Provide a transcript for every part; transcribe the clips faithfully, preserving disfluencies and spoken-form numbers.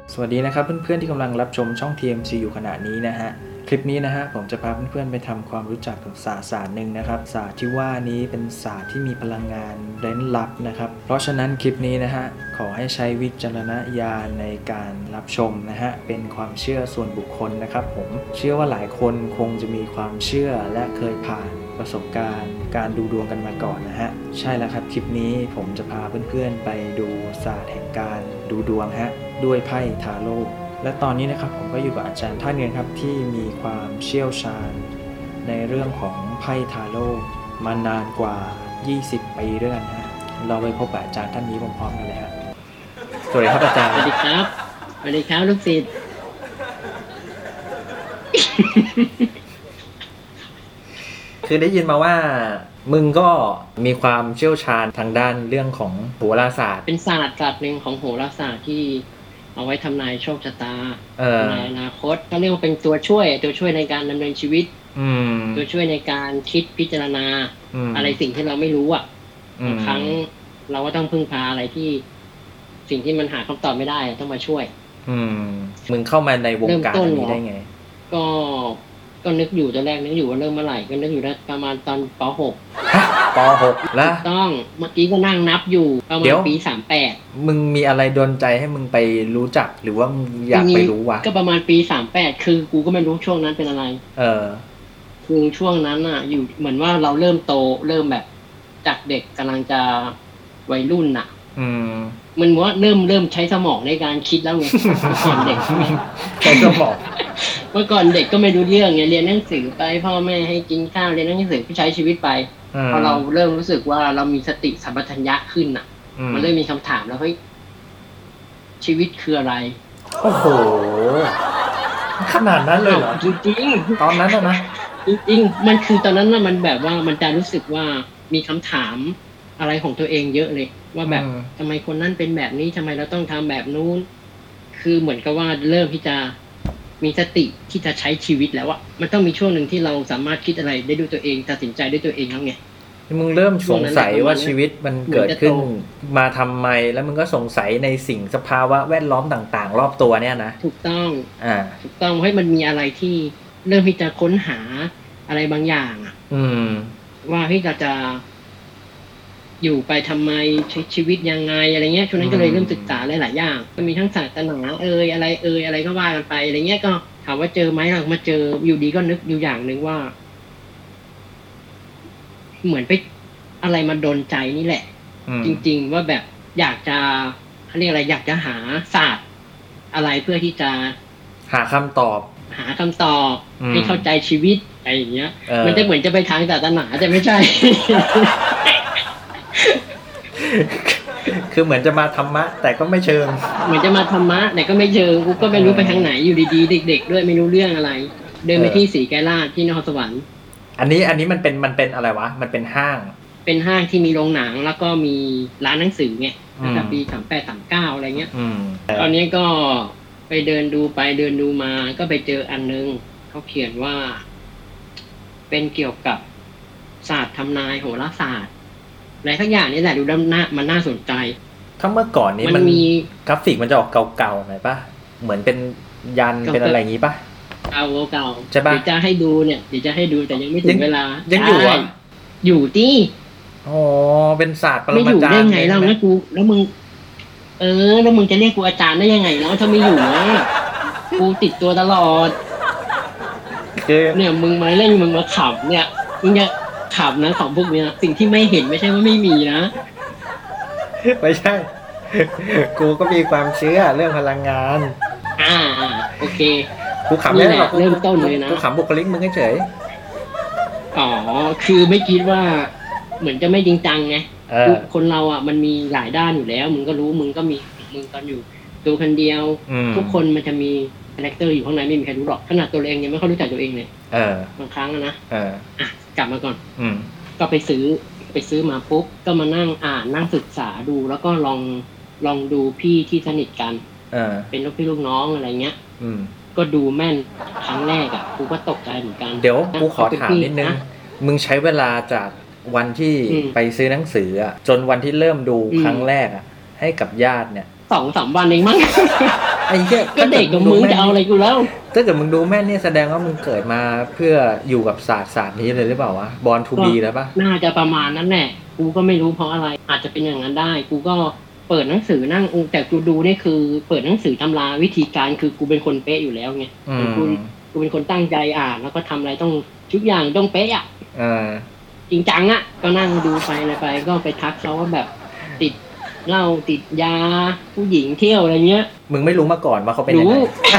สวัสดีนะครับเพื่อนๆที่กำลังรับชมช่อง ที เอ็ม ซี อยู่ขณะนี้นะฮะคลิปนี้นะฮะผมจะพาเพื่อนๆไปทำความรู้จักกับศาสตร์ศาสตร์หนึ่งนะครับศาสตร์ที่ว่านี้เป็นศาสตร์ที่มีพลังงานเร้นลับนะครับเพราะฉะนั้นคลิปนี้นะฮะขอให้ใช้วิจารณญาณในการรับชมนะฮะเป็นความเชื่อส่วนบุคคลนะครับผมเชื่อว่าหลายคนคงจะมีความเชื่อและเคยผ่านประสบการณ์การดูดวงกันมาก่อนนะฮะใช่แล้วครับคลิปนี้ผมจะพาเพื่อนๆไปดูศาสตร์แห่งการดูดวงฮะด้วยไพ่ทาโร่และตอนนี้นะครับผมก็อยู่กับอาจารย์ท่านหนึงครับที่มีความเชี่ยวชาญในเรื่องของไพ่ทาโร่มานานกว่ายี่สิบปีด้วยกันฮะเราไปพบกับอาจารย์ท่านนี้พร้อมๆกันเลยครับสวัสดีครับอาจารย์สวัสดีครับสวัสดีครับลูกศิษย์คือได้ยินมาว่ามึงก็มีความเชี่ยวชาญทางด้านเรื่องของโหราศาสตร์เป็นศาสตร์ศาสตร์หนึ่งของโหราศาสตร์ที่เอาไว้ทำนายโชคชะตาทำนายอนาคตเขาเรียกว่าเป็นตัวช่วยตัวช่วยในการดำเนินชีวิตตัวช่วยในการคิดพิจารณาอะไรสิ่งที่เราไม่รู้อ่ะบางครั้งเราก็ต้องพึ่งพาอะไรที่สิ่งที่มันหาคำตอบไม่ได้ต้องมาช่วยอืมมึงเข้ามาในวงการนี้ได้ไงก็ก็นึกอยู่ตอนแรกนึกอยู่ว่าเริ่มเมื่อไหร่ก็นึกอยู่ได้ประมาณตอนป .หกป .หก แล้วต้องเมื่อกี้ก็นั่งนับอยู่ประมาณปีสามสิบแปดมึงมีอะไรดลใจให้มึงไปรู้จักหรือว่ามึงอยากไปรู้วะก็ประมาณปีสามสิบแปดคือกูก็ไม่รู้ช่วงนั้นเป็นอะไรเออคือช่วงนั้นอ่ะอยู่เหมือนว่าเราเริ่มโตเริ่มแบบจากเด็กกำลังจะวัยรุ่นน่ะอืมมันว่าเริ่มเริ่มใช้สมองในการคิดแล้วไงก่อนเด็กใช้สมองเมื่อก่อนเด็กก็ไม่รู้เรื่องไงเรียนหนังสือไปพ่อแม่ให้กินข้าวเรียนหนังสือก็ใช้ชีวิตไปพอเราเริ่มรู้สึกว่าเรามีสติสัมปชัญญะขึ้นอ่ะมันเริ่มมีคำถามแล้วเฮ้ยชีวิตคืออะไรโอ้โหขนาดนั้นเลยเหรอจริงๆตอนนั้นนะจริงๆมันคือตอนนั้นน่ะมันแบบว่ามันจะรู้สึกว่ามีคำถามอะไรของตัวเองเยอะเลยว่าแบบทำไมคนนั้นเป็นแบบนี้ทำไมเราต้องทำแบบนู้นคือเหมือนกับว่าเริ่มที่จะมีสติที่จะใช้ชีวิตแล้วอะมันต้องมีช่วงหนึ่งที่เราสามารถคิดอะไรได้ด้วยตัวเองตัดสินใจด้วยตัวเองแล้วไงมึงเริ่มสงสัยว่าชีวิตมันเกิดขึ้นมาทำไมแล้วมึงก็สงสัยในสิ่งสภาวะแวดล้อมต่างๆรอบตัวเนี่ยนะถูกต้องอ่าถูกต้องให้มันมีอะไรที่เริ่มที่จะค้นหาอะไรบางอย่างอะอืมว่าที่เราจะอยู่ไปทำไมใช้ชีวิตยังไงอะไรเงี้ยช่วงนั้นก็เลยเริ่มศึกษาหลายๆอย่างมันมีทั้งศาสนาเอ่ยอะไรเอ่ยอะไรก็ว่ากันไปอะไรเงี้ยก็ถามว่าเจอไหมเรามาเจออยู่ดีก็นึกอยู่อย่างหนึ่งว่าเหมือนไปอะไรมาดลใจนี่แหละจริงๆว่าแบบอยากจะเขาเรียกอะไรอยากจะหาศาสตร์อะไรเพื่อที่จะหาคำตอบหาคำตอบให้เข้าใจชีวิตอะไรอย่างเงี้ยมันจะเหมือนจะไปทางศาสนาแต่ไม่ใช่คือเหมือนจะมาธรรมะแต่ก็ไม่เชิงเหมือนจะมาธรรมะแต่ก็ไม่เชิงกูก็ไม่รู้ไปทางไหนอยู่ดีๆเด็กๆด้วยไม่รู้เรื่องอะไรเดินไปที่ศรีแก้วราชที่นครสวรรค์อันนี้อันนี้มันเป็นมันเป็นอะไรวะมันเป็นห้างเป็นห้างที่มีโรงหนังแล้วก็มีร้านหนังสือไงตั้งแต่ปีสามแปด สามเก้าอะไรเงี้ยตอนนี้ก็ไปเดินดูไปเดินดูมาก็ไปเจออันนึงเขาเขียนว่าเป็นเกี่ยวกับศาสตร์ทำนายโหราศาสตร์อะไรทั้งอย่างนี้แหละดูด้านหน้ามันน่าสนใจถ้าเมื่อก่อนนี้มันมีกราฟิกมันจะออกเก่าๆหน่อยป่ะเหมือนเป็นยันเป็นอะไรอย่างงี้ป่ะเก่าเก่าใช่ป่ะเดี๋ยวจะให้ดูเนี่ยเดี๋ยวจะให้ดูแต่ยังไม่ถึงเวลายังอยู่อ่ะอยู่ที่อ๋อเป็นศาสตร์ปรมาจารย์ไม่อยู่ได้ไงเราแล้วกูแล้วมึงเออแล้วมึงจะเรียกกูอาจารย์ได้ยังไงแล้วถ้าไม่อยู่นะกูติดตัวตลอดเนี่ยมึงมาเล่นมึงมาขับเนี่ยมึงจะขับนะของพวกเนี้ยสิ่งที่ไม่เห็นไม่ใช่ว่าไม่มีนะไม่ใช่กูก็มีความเชื่อเรื่องพลังงานอ่าอ่าโอเคกูขำไม่ได้หรอกเริ่มต้นเลยนะกูขำบุคลิกมึงเฉยอ๋อคือไม่คิดว่าเหมือนจะไม่จริงจังไงคนเราอ่ะมันมีหลายด้านอยู่แล้วมึงก็รู้มึงก็มีมึงตอนอยู่ตัวคนเดียวทุกคนมันจะมีคาแรคเตอร์อยู่ข้างในไม่มีใครรู้หรอกขนาดตัวเองยังไม่ค่อยรู้จักตัวเองเลยเออบางครั้งนะเอออ่ะกลับมาก่อนอืมก็ไปซื้อไปซื้อมาปุ๊บก็มานั่งอ่านนั่งศึกษาดูแล้วก็ลองลองดูพี่ที่สนิทกันเออเป็นลูกพี่ลูกน้องอะไรเงี้ยอืมก็ดูแม่นครั้งแรกอ่ะกูก็ตกใจเหมือนกันเดี๋ยวกูขอถามนิดนึงมึงใช้เวลาจากวันที่ไปซื้อหนังสืออ่ะจนวันที่เริ่มดูครั้งแรกอ่ะให้กับญาติเนี่ยสองสามวันเองมั้งไออ้เหี้ยก็เด็กกับมึงจะเอาอะไรกูแล้วถ้าเกิดมึงดูแม่นเนี่ยแสดงว่ามึงเกิดมาเพื่ออยู่กับศาสตร์ศาสตร์นี้เลยหรือเปล่าวะบอร์นทูบีแล้วป่ะน่าจะประมาณนั้นแหละกูก็ไม่รู้เพราะอะไรอาจจะเป็นอย่างนั้นได้กูก็เปิดหนังสือนั่งแต่กูดูนี่คือเปิดหนังสือตำราวิธีการคือกูเป็นคนเป๊ะอยู่แล้วไงกูกูเป็นคนตั้งใจอ่านแล้วก็ทำอะไรต้องทุกอย่างต้องเป๊ะอ่ะจริงจังอ่ะก็นั่งดูไปอะไรไปก็ไปทักเขาว่าแบบติดเหล้าติดยาผู้หญิงเที่ยวอะไรเงี้ยมึงไม่รู้มาก่อนว่าเขาเป็นยังไง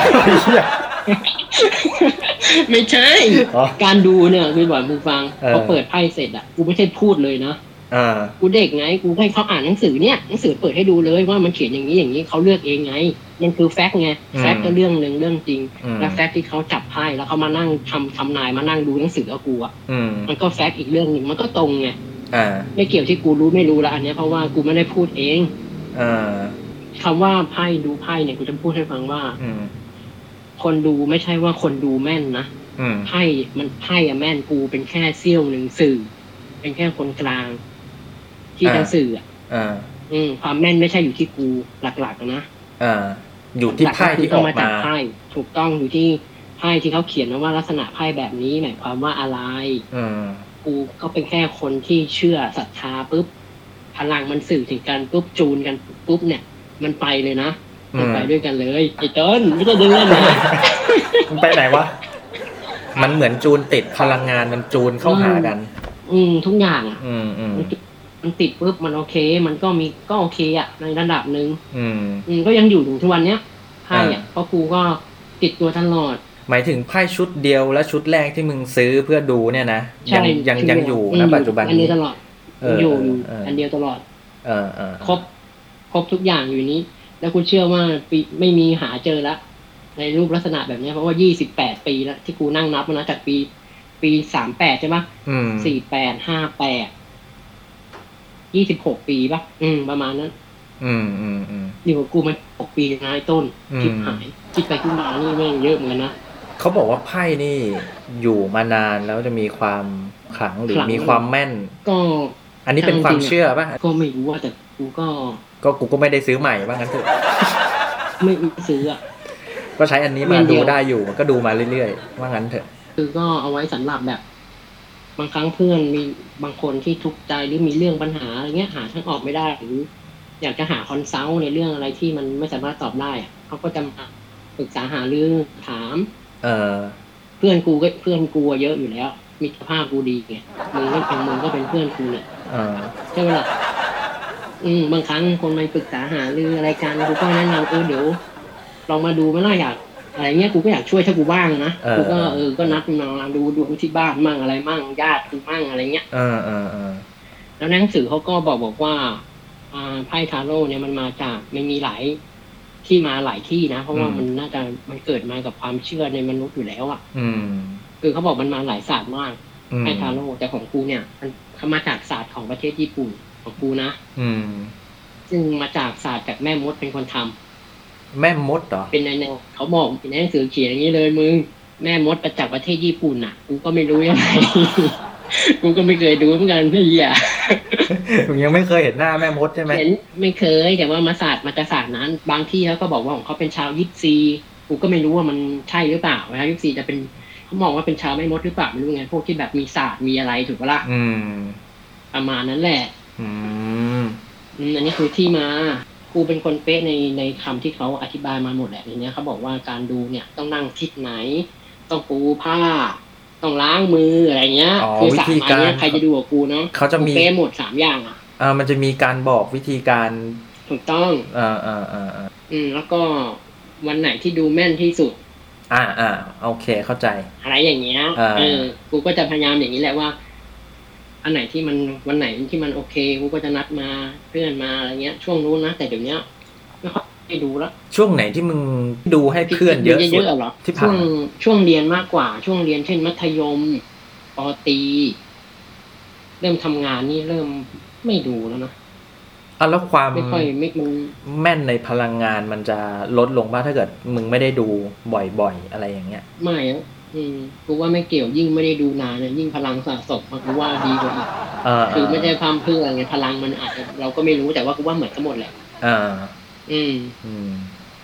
ไม่ใช่การดูเนี่ยคือบอกมึงฟังเขาเปิดไพ่เสร็จอ่ะกูไม่ใช่พูดเลยนะกูเด็กไงกูให้เขาอ่านหนังสือเนี่ยหนังสือเปิดให้ดูเลยว่ามันเขียนอย่างนี้อย่างนี้เขาเลือกเองไงนั่นคือแฟกต์ไงแฟกต์ก็เรื่องนึงเรื่องจริงแล้วแฟกต์ที่เขาจับไพ่แล้วเขามานั่งทำทำนายมานั่งดูหนังสือกับกูอ่ะมันก็แฟกต์อีกเรื่องนึงมันก็ตรงไงไม่เกี่ยวที่กูรู้ไม่รู้ละอันนี้เพราะว่ากูไม่ได้พูดเองคำว่าไพ่ดูไพ่เนี่ยกูจะพูดให้ฟังว่าคนดูไม่ใช่ว่าคนดูแม่นนะไพ่มันไพ่อะแม่นกูเป็นแค่เสี้ยวหนึ่งสื่อเป็นแค่คนกลางที่จะสื่ออ่ะอืมความแม่นไม่ใช่อยู่ที่กูหลักๆนะอ่าอยู่ที่ไพ่ที่ออกมาไพ่ถูกต้องอยู่ที่ไพ่ที่เขาเขียนว่าลักษณะไพ่แบบนี้หมายความว่าอะไรกูก็เป็นแค่คนที่เชื่อศรัทธาปุ๊บพลังมันสื่อถึงกันปุ๊บจูนกันปุ๊บเนี่ยมันไปเลยนะมันไปด้วยกันเลยไอ้ต้นไม่ต้องเดินนะมันไปไหนวะมันเหมือนจูนติดพลังงานมันจูนเข้าหากันอืมทุกอย่างอ่ะอืมอืมมันติดปุ๊บมันโอเคมันก็มีก็โอเคอ่ะในระดับหนึ่งอืมอืมก็ยังอยู่ถึงทุกวันเนี้ยไพ่อ่ะเพราะกูก็ติดตัวตลอดหมายถึงไพ่ชุดเดียวและชุดแรกที่มึงซื้อเพื่อดูเนี่ยนะยังยังยังอยู่นะปัจจุบันนี้ตลอดอยู่อยู่อันเดียวตลอดเออเออครบครบทุกอย่างอยู่นี้แล้วกูเชื่อว่าปีไม่มีหาเจอละในรูปลักษณะแบบนี้เพราะว่ายี่สิบแปดปีแล้วที่กูนั่งนับนะจากปีปีสามแปดใช่ปะสี่แปดห้าแปดยี่สิบหกปีปะอืมประมาณนั้นอืมอืมอืมอยู่กับกูมันหกปีนายต้นคิดหายคิดไปคิดมานี่แม่งเยอะเหมือนกันนะเขาบอกว่าไพ่นี่อยู่มานานแล้วจะมีความขลังหรือมีความแม่นก็อันนี้เป็นความเชื่อป่ะก็ไม่รู้ว่าแต่กูก็ก็กูก็ไม่ได้ซื้อใหม่ว่างั้นเถอะไม่ซื้ออ่ะก็ใช้อันนี้มาดูได้อยู่ก็ดูมาเรื่อยๆว่างั้นเถอะคือก็เอาไว้สำหรับแบบบางครั้งเพื่อนมีบางคนที่ทุกข์ใจหรือมีเรื่องปัญหาอะไรเงี้ยหาทางออกไม่ได้หรืออยากจะหาคอนซัลท์ในเรื่องอะไรที่มันไม่สามารถตอบได้เขาก็จะมาปรึกษาหาเรื่องถามเออเพื่อนกูก็เพื่อนกูเยอะอยู่แล้วมิตรภาพกูดีไงมึงก็เป็นมึงก็เป็นเพื่อนกูเนี่ยใช่ไหมล่ะอืมบางครั้งคนมาปรึกษาหาเรื่องอะไรกันกูก็แนะนำเออเดี๋ยวลองมาดูไม่น่าอยากอะไรเงี้ยกูก็อยากช่วยถ้ากูว่างนะกูก็เออก็นัดมาดูดวงที่บ้านมั่งอะไรมั่งญาติกูมั่งอะไรเงี้ยเออเออเออแล้วหนังสือเขาก็บอกบอกว่าอ่าไพ่ทาโร่เนี่ยมันมาจากมันมีหลายที่มาหลายที่นะเพราะว่ามันน่าจะมันเกิดมากับความเชื่อในมนุษย์อยู่แล้วอ่ะอืมคือเขาบอกมันมาหลายศาสตร์มากไพ่ทาโร่แต่ของกูเนี่ยมันเขามาจากศาสตร์ของประเทศญี่ปุ่นของกูนะอืมซึ่งมาจากศาสตร์จากแม่มดเป็นคนทำแม่มดเหรอเป็นในเขาบอกเป็นในหนังสือเขียนอย่างนี้เลยมึงแม่มดมาจากประเทศญี่ปุ่นน่ะกูก็ไม่รู้ยังไงกูก็ไม่เคยดูเหมือนกันพี่อ่ะมึงยังไม่เคยเห็นหน้าแม่มดใช่ไหมเห็นไม่เคยแต่ว่ามาศาสตร์มาจากศาสตร์นั้นบางที่เขาก็บอกว่าของเขาเป็นชาวยิปซีกูก็ไม่รู้ว่ามันใช่หรือเปล่านะยิปซีจะเป็นเขามองว่าเป็นชาวแม่มดหรือเปล่าไม่รู้ไงพวกที่แบบมีศาสตร์มีอะไรถูกปะล่ะอืมประมาณนั้นแหละอืมอันนี้คือที่มากูเป็นคนเป๊ะในในคำที่เขาอธิบายมาหมดแหละในนี้เขาบอกว่าการดูเนี่ยต้องนั่งทิศไหนต้องปูผ้าต้องล้างมืออะไรเงี้ยคือสามอันนี้ใครจะดูกับกูเนาะเขาจะมีเป๊ะหมดสามอย่างอ่ะเออมันจะมีการบอกวิธีการถูกต้องอ่าอ่าอ่าอืมแล้วก็วันไหนที่ดูแม่นที่สุดอ่าอ่าโอเคเข้าใจอะไรอย่างเงี้ยเออกูก็จะพยายามอย่างนี้แหละว่าอันไหนที่มันวันไหนที่มันโอเคกูก็จะนัดมาเพื่อนมาอะไรเงี้ยช่วงนู้นนะแต่เดี๋ยวนี้ไม่ค่อยได้ดูแล้วช่วงไหนที่มึงดูให้เพื่อนเยอะสุดที่ช่วงช่วงเรียนมากกว่าช่วงเรียนเช่นมัธยมป.ตรีเริ่มทำงานนี่เริ่มไม่ดูแล้วนะอ่ะแล้วความไม่ค่อยไม่มันแม่นในพลังงานมันจะลดลงบ้างถ้าเกิดมึงไม่ได้ดูบ่อยๆอะไรอย่างเงี้ยไม่อ่ะอืมกูว่าไม่เกี่ยวยิ่งไม่ได้ดูนานเนี่ยยิ่งพลังสะสมกูว่าดีกว่าอีกคือไม่ใช่ความเพื่อไงพลังมันอาจจะเราก็ไม่รู้แต่ว่ากูว่าเหมือนกันหมดแหละอ่าอืมอืม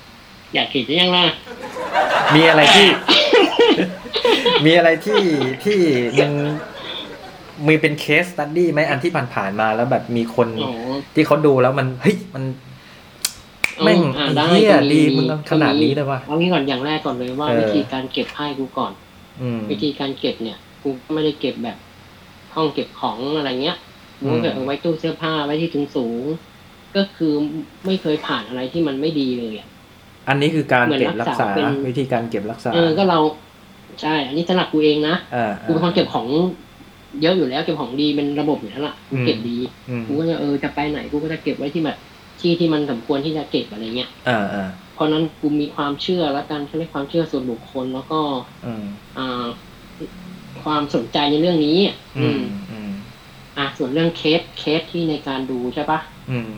อยากเห็นยังล่ะมีอะไรที่ มีอะไรที่ที่มันมีเป็นเคสสตั๊ดดี้ไหมอันที่ผ่านๆมาแล้วแบบมีคนที่เขาดูแล้วมันเฮ้ยมันแม่งเหี้ยดีมันขนาดนี้เลยวะเอางี้ก่อนอย่างแรกก่อนเลยว่าวิธีการเก็บไพ่กูก่อนวิธีการเก็บเนี่ยกูไม่ได้เก็บแบบห้องเก็บของอะไรเงี้ยกูเก็บเอาไว้ตู้เสื้อผ้าไว้ที่สูงๆก็คือไม่เคยผ่านอะไรที่มันไม่ดีเลยอ่ะอันนี้คือการเก็บรักษาวิธีการเก็บรักษาเออก็เราใช่อันนี้สำหรับกูเองนะกูเป็นคนเก็บของเยอะอยู่แล้วเก็บของดีเป็นระบบอยู่แล้วล่ะกูเก็บดีกูก็จะเออจะไปไหนกูก็จะเก็บไว้ที่แบบที่ที่มันสมควรที่จะเก็บอะไรเงี้ยอ่าอ่าเพราะนั้นกูมีความเชื่อและการใช้ความเชื่อส่วนบุคคลแล้วก็อ่าความสนใจในเรื่องนี้อืมอืมอ่ะส่วนเรื่องเคสเคสที่ในการดูใช่ปะอืม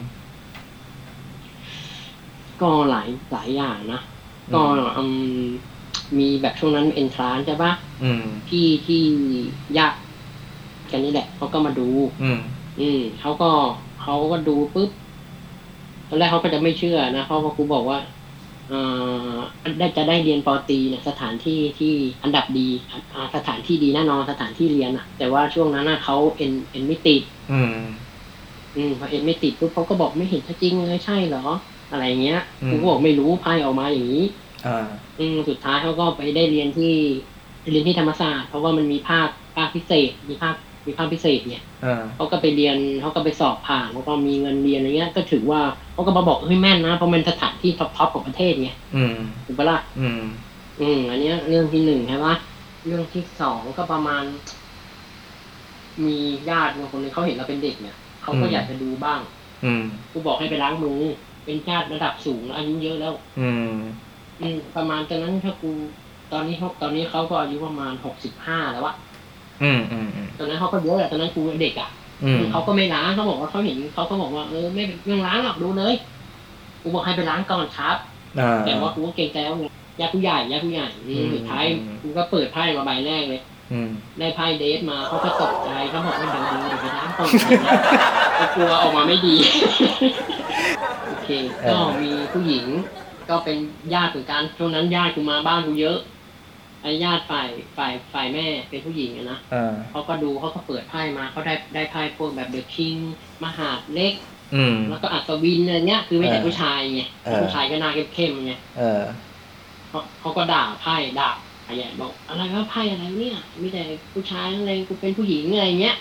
ก็หลายหลายอย่างนะก็อืมมีแบบช่วงนั้นเอนทรานใช่ปะที่ที่ยากกันนี่แหละเขาก็มาดูอืมอืมเขาก็เขาก็ดูปุ๊บตอนแรกเขาก็จะไม่เชื่อนะเพราะว่าครูบอกว่าอ่าได้จะได้เรียนปอตรีเนี่ยสถานที่ที่อันดับดีอ่าสถานที่ดีแน่นอนสถานที่เรียนอ่ะแต่ว่าช่วงนั้นน่ะเขาเอ็นเอ็นไม่ติดอืมอืมพอเอ็นไม่ติดปุ๊บเขาก็บอกไม่เห็นจริงเลยใช่เหรออะไรเงี้ยครูก็บอกไม่รู้ไพ่ออกมาอย่างนี้อ่าอืมสุดท้ายเขาก็ไปได้เรียนที่เรียนที่ธรรมศาสตร์เพราะว่ามันมีภาคภาคพิเศษมีภาคมีภาคพิเศษเนี่ยเขาก็ไปเรียนเขาก็ไปสอบผ่านเขาก็มีเงินเรียนอะไรเงี้ยก็ถือว่าเขาก็มาบอกเฮ้ยแม่นนะเพราะมันสถานที่ท็อปท็อปของประเทศไงถูกปะล่ะอืมอืมอันนี้เรื่องที่หนึ่งใช่ปะเรื่องที่สองก็ประมาณมีญาติบางคนนึงเขาเห็นเราเป็นเด็กเนี่ยเขาก็อยากจะดูบ้างอืมกูบอกให้ไปล้างมือเป็นญาติระดับสูงอายุเยอะแล้วอืมอืมประมาณตอนนั้นถ้ากูตอนนี้เขาตอนนี้เขาก็อายุประมาณหกสิบห้าแล้วอะอืมอืมตอนนั้นเขาก็เยอะแหละตอนนั้นกูเด็กอ่ะเขาก็ไม่ล้างเขาบอกว่าเขาเห็นเขาก็บอกว่าเออไม่ไม่ล้างหรอกดูเลยกูบอกให้ไปล้างก่อนครับแต่ว่ากูก็เกรงใจว่าญาติผู้ใหญ่ญาติผู้ใหญ่สุดท้ายกูก็เปิดไพ่มาใบแรกเลยได้ไพ่เดทมาเขาก็ตกใจเขาบอกว่าเดี๋ยวเดี๋ยวไปล้างก่อนก็กลัวออกมาไม่ดีโอเคก็มีผู้หญิงก็เป็นญาติเหมือนกันช่วงนั้นญาติกูมาบ้านกูเยอะไอ้ญาติฝ่ายฝ่ายฝ่ายแม่เป็นผู้หญิงนะเขาก็ดูเขาก็เปิดไพ่มาเขาได้ได้ไพ่พวกแบบเดอะคิงมหาดเล็กแล้วก็อัศวินอะไรเงี้ยคือไม่แต่ผู้ชายไงผู้ชายก็หน้าเข้มๆไงเขาเขาก็ด่าไพ่ด่าไอ้ใหญ่บอกอะไรว่าไพ่อะไรเนี่ยมีแต่ผู้ชายอะไรกูเป็นผู้หญิงอะไรเงี้ย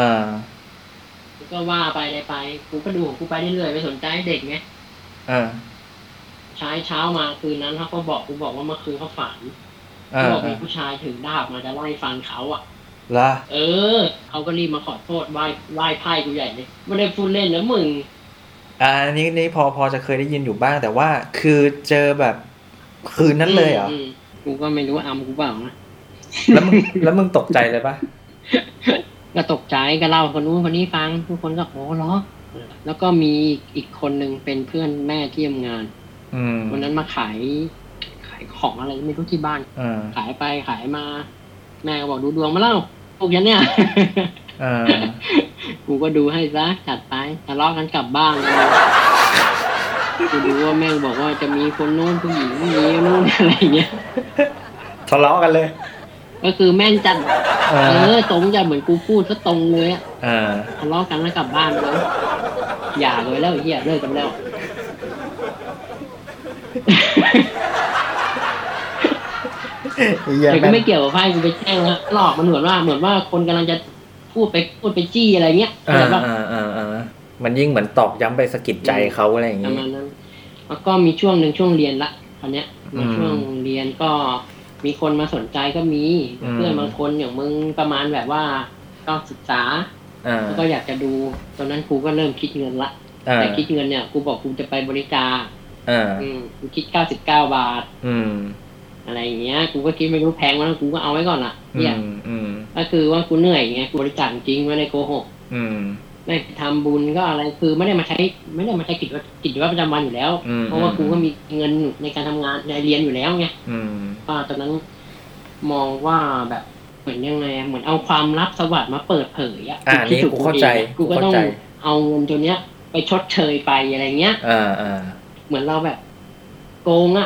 ก็ว่าไปอะไรไปกูก็ดูของกูไปเรื่อยๆไม่สนใจเด็กไงเช้าเช้ามาคืนนั้นเขาก็บอกกูบอกว่าเมื่อคืนเขาฝันบอกมีผู้ชายถือดาบมาจะไล่ฟันเขาอ่ะล่ะเออเขาก็รีบมาขอโทษไหว้ไหว้ไพ่กูใหญ่เลยไม่ได้พูดเล่นนะมึงอ่าอันนี้นี่พอพอจะเคยได้ยินอยู่บ้างแต่ว่าคือเจอแบบคืนนั้นเลยเหรอกูก็ไม่รู้ว่าอำกูเปล่านะแล้วมึงแล้วมึงตกใจเลยปะก็ตกใจก็เล่าคนนู้นคนนี้ฟังทุกคนก็โอ้เหรอแล้วก็มีอีกคนนึงเป็นเพื่อนแม่ที่ทำงานวันนั้นมาขายของอะไรไม่รู้ที่บ้านขายไปขายมาแม่ก็บอกดูดวงมาเล่าพวกยันเนี่ยกูก็ดูให้ซะจัดไปทะเลาะกันกลับบ้านกูดูว่าแม่บอกว่าจะมีคนนู้นผู้หญิงมีนู้นอะไรเงี้ยทะเลาะกันเลยก็คือแม่นจัดเออตรงจะเหมือนกูพูดซะตรงเลยอ่ะทะเลาะกันแล้วกลับบ้านแล้วอย่าเลยแล้วไอ้เหี้ยเลิกกันแล้วแต่ก็ไม่เกี่ยวกับไพ่กูไปแจ้งแล้วหลอกมันเหมือนว่าเหมือนว่าคนกำลังจะพูดไปพูดไปจี้อะไรเงี้ยอ่าอ่าอ่าอ่ามันยิ่งเหมือนตอกย้ำไปสะกิดใจเขาอะไรอย่างเงี้ยประมาณนั้นแล้วก็มีช่วงหนึ่งช่วงเรียนละตอนเนี้ยมาช่วงเรียนก็มีคนมาสนใจก็มีเพื่อนบางคนอย่างมึงประมาณแบบว่าก็ศึกษาแล้วก็อยากจะดูตอนนั้นครูก็เริ่มคิดเงินละแต่คิดเงินเนี่ยครูบอกครูจะไปบริจาคอืมครูคิดเก้าสิบเก้าบาทอืมอะไรอย่างเงี้ยกูก็คิดไม่รู้แพงแล้วกูก็เอาไว้ก่อนล่ะเนี่ยก็คือว่ากูเหนื่อยไงกูบริจาคจริงไม่ได้โกหกไม่ทำบุญก็อะไรคือไม่ได้มาใช้ไม่ได้มาใช้กิจวัตรกิจวัตรประจำวันอยู่แล้วเพราะว่ากูก็มีเงินในการทำงานในเรียนอยู่แล้วไงก็ตอนนั้นมองว่าแบบเหมือนยังไงเหมือนเอาความลับสวัสดิ์มาเปิดเผยอ่ะที่ถูกเข้าใจกูก็ต้องเอาเงินตัวเนี้ยไปชดเชยไปอะไรเงี้ยเหมือนเราแบบโกงอ่ะ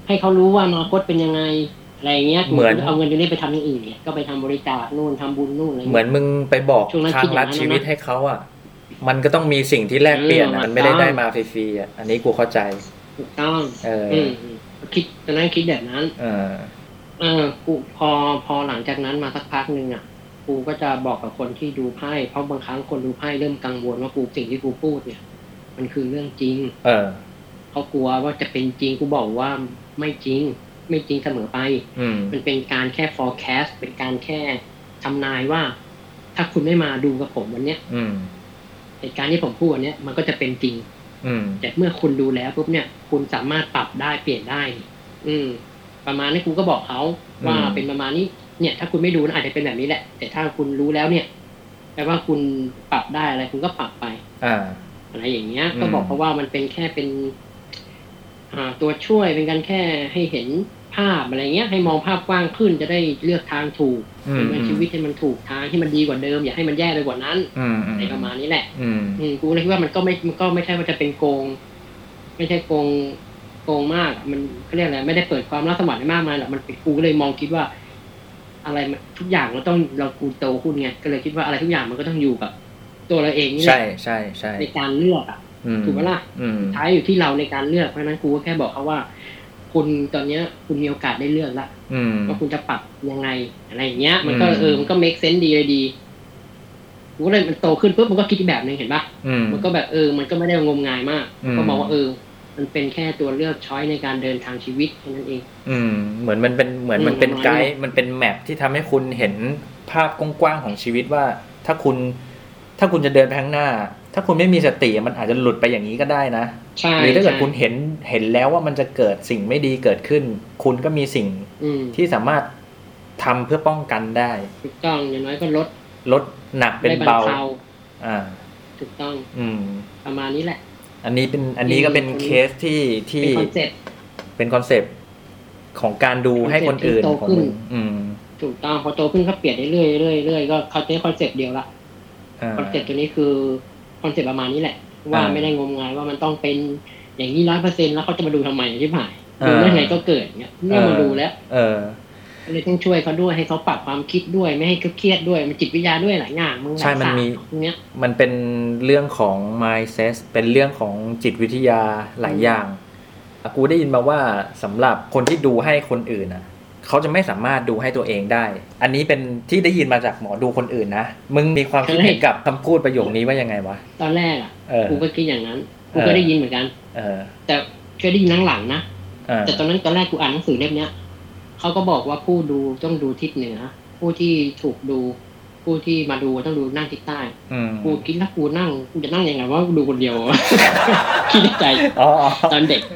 ให้เขารู้ว่าอนาคตเป็นยังไงอะไรเงี้ยเหมือนเอาเงินตรงนี้ไปทำอย่างอื่นเนี่ยก็ไปทำบริจาคนู่นทำบุญนู่นอะไรเหมือนมึงไปบอกทางลัดชีวิตให้เขาอ่ะมันก็ต้องมีสิ่งที่แลกเปลี่ยนอ่ะมันไม่ได้ได้มาฟรีๆอ่ะอันนี้กูเข้าใจถูกต้องเออคิดตอนนั้นคิดแบบนั้นเออเออกูพอพอหลังจากนั้นมาสักพักนึงอ่ะกูก็จะบอกกับคนที่ดูไพ่เพราะบางครั้งคนดูไพ่เริ่มกังวลว่ากูสิ่งที่กูพูดเนี่ยมันคือเรื่องจริงเออเขากลัวว่าจะเป็นจริงกูบอกว่าไม่จริงไม่จริงเสมอไปมันเป็นการแค่ forecast เป็นการแค่ทำนายว่าถ้าคุณไม่มาดูกับผมวันเนี้ยเหตุการณ์ที่ผมพูดวันเนี้ยมันก็จะเป็นจริงแต่เมื่อคุณดูแล้วปุ๊บเนี่ยคุณสามารถปรับได้เปลี่ยนได้ อืมประมาณนี้กูก็บอกเขาว่าเป็นประมาณนี้เนี่ยถ้าคุณไม่ดูนะอาจจะเป็นแบบนี้แหละแต่ถ้าคุณรู้แล้วเนี่ยแปลว่าคุณปรับได้อะไรคุณก็ปรับไปอ่าอะไรอย่างเงี้ยก็บอกเขาว่ามันเป็นแค่เป็นอ่าตัวช่วยเป็นการแค่ให้เห็นภาพอะไรเงี้ยให้มองภาพกว้างขึ้นจะได้เลือกทางถูกดำเนินชีวิตให้มันถูกทางให้มันดีกว่าเดิมอย่าให้มันแย่ไปกว่านั้นในประมาณนี้แหละอืมกูเลยคิดว่ามันก็ไม่มันก็ไม่ใช่ว่าจะเป็นโกงไม่ใช่โกงโกงมากมันเขาเรียกอะไรไม่ได้เปิดความลับสมบัติมากมายหรอกมันกูก็เลยมองคิดว่าอะไรทุกอย่างเราต้องเรากูโตขึ้นไงก็เลยคิดว่าอะไรทุกอย่างมันก็ต้องอยู่กับตัวเราเองนี่แหละใช่ใช่ใช่ในการเลือกอ่ะถูกไหมล่ะท้ายอยู่ที่เราในการเลือกเพราะนั้นกูก็แค่บอกเขาว่าคุณตอนนี้คุณมีโอกาสได้เลือกละว่าคุณจะปรับยังไงอะไรอย่างเงี้ยมันก็เออมันก็ make sense ดีเลยดีกูก็เลยมันโตขึ้นปุ๊บมันก็คิดอีกแบบนึงเห็นป่ะมันก็แบบเออมันก็ไม่ได้งมงายมากก็มองว่าเออมันเป็นแค่ตัวเลือกช้อยในการเดินทางชีวิตแค่นั้นเองอืมเหมือนมันเป็นเหมือนมันเป็นไกด์มันเป็นแมปที่ทำให้คุณเห็นภาพกว้างๆของชีวิตว่าถ้าคุณถ้าคุณจะเดินไปข้างหน้าถ้าคุณไม่มีสติมันอาจจะหลุดไปอย่างนี้ก็ได้นะหรือถ้าเกิดคุณเห็นเห็นแล้วว่ามันจะเกิดสิ่งไม่ดีเกิดขึ้นคุณก็มีสิ่งที่สามารถทำเพื่อป้องกันได้ถูกต้องอย่างน้อยก็ลดลดหนักเป็นเบาอ่าถูกต้องอืมประมาณนี้แหละอันนี้เป็นอันนี้ก็เป็นเคสที่ที่เป็นคอนเซ็ปต์เป็นคอนเซ็ปต์ของการดูให้คนอื่นของมึงอืมถูกต้องพอโตขึ้นก็เปลี่ยนได้เรื่อยเรื่อยเรื่อยก็เขาใช้คอนเซ็ปต์เดียวละคอนเซ็ปต์ตัวนี้คือคอนเซ็ปต์ประมาณนี้แหละว่าไม่ได้งมงายว่ามันต้องเป็นอย่างนี้ร้อยเปอร์เซ็นต์แล้วเขาจะมาดูทำไมที่ผ่านดูได้ไงก็เกิดเงี้ยเมื่อมาดูแล้วเออเลยต้องช่วยเขาด้วยให้เขาปรับความคิดด้วยไม่ให้เขาเครียดด้วยมันจิตวิทยาด้วยหลายอย่างมึงใช่มันมีเนี้ยมันเป็นเรื่องของ mindset เป็นเรื่องของจิตวิทยาหลายอย่างกูได้ยินมาว่าสำหรับคนที่ดูให้คนอื่นอ่ะเขาจะไม่สามารถดูให้ตัวเองได้อันนี้เป็นที่ได้ยินมาจากหมอดูคนอื่นนะมึงมีความคิดเห็นกับคำพูดประโยคนี้ว่ายังไงวะตอนแรกอ่ะกูก็คิดอย่างนั้นกูก็ได้ยินเหมือนกันแต่ก็ได้ยินหลังๆนะแต่ตอนนั้นตอนแรกกูอ่านหนังสือเล่มเนี้ยเขาก็บอกว่าผู้ดูต้องดูทิศเหนือผู้ที่ถูกดูผู้ที่มาดูต้องดูนั่งทิศใต้กูคิดแล้วกูนั่งกูจะนั่งยังไงว่าดูคนเดียวคิดในใจตอนเด็ก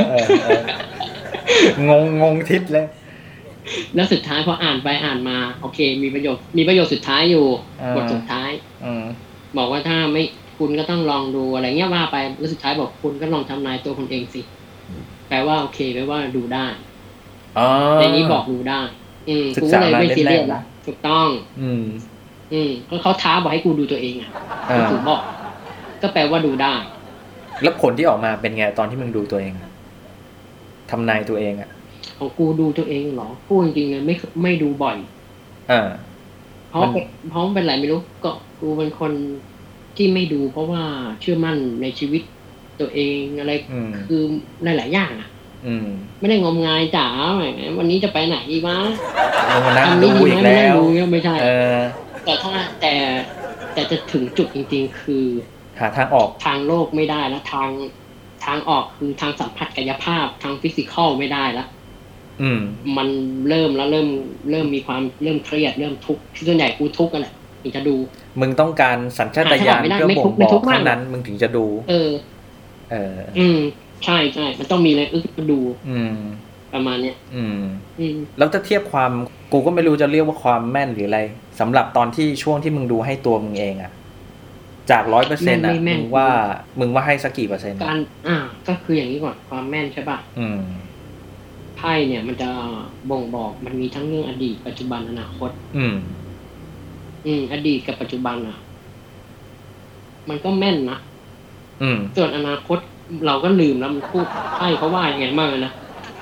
งงงงทิศเลยแล้วสุดท้ายพออ่านไปอ่านมาโอเคมีประโยชน์มีประโยชน์สุดท้ายอยู่บทสุดท้ายบอกว่าถ้าไม่คุณก็ต้องลองดูอะไรเงี้ยว่าไปแล้วสุดท้ายบอกคุณก็ลองทำนายตัวคุณเองสิแปลว่าโอเคแปลว่าดูได้ในนี้บอกดูได้อืมกูเลยไม่ซีเรียสละถูกต้องอืมอืมก็เขาท้าบอกให้กูดูตัวเองอ่ะก็ถูกบอกก็แปลว่าดูได้แล้วผลที่ออกมาเป็นไงตอนที่มึงดูตัวเองทำนายตัวเองอ่ะของกูดูตัวเองเหรอพูดจริงๆเลยไม่ไม่ดูบ่อยอ่าเพราะเพราะเป็นไรไม่รู้ก็กูเป็นคนที่ไม่ดูเพราะว่าเชื่อมั่นในชีวิตตัวเองอะไรคือหลายๆอย่างอ่ะไม่ได้งมงายจ๋าวันนี้จะไปไหนดีวะทำนี้ดีไหมไม่ได้ดูไม่ใช่แต่ถ้าแต่แต่จะถึงจุดจริงๆคือหาทางออกทางโลกไม่ได้แล้วทางทางออกคือทางสัมผัสกายภาพทางฟิสิกอลไม่ได้แล้วมันเริ่มแล้วเริ่มเริ่มมีความเริ่มเครียดเริ่มทุกข์ส่วนใหญ่กูทุกข์กันแหละถึงจะดูมึงต้องการสัญชาตญาณเพื่อบ่งบอกเท่านั้นมึงถึงจะดูเออเอออืมใช่ใช่มันต้องมีอะไรอึกมาดูอืมประมาณเนี้ยอืมอืมแล้วจะเทียบความกูก็ไม่รู้จะเรียกว่าความแม่นหรืออะไรสำหรับตอนที่ช่วงที่มึงดูให้ตัวมึงเองอะจากร้อยเปอร์เซ็นต์อ่ะมึงว่ามึงว่าให้สักกี่เปอร์เซ็นต์การอ่าก็คืออย่างนี้ก่อนความแม่นใช่ป่ะอืมไพ่เนี่ยมันจะบ่งบอกมันมีทั้งเรื่องอดีตปัจจุบันอนาคตอืมอืมอดีตกับปัจจุบันอ่ะมันก็แม่นนะอืมส่วนอนาคตเราก็ลืมแล้วมันพูดไพ่เขาว่ายังไงบ้างนะ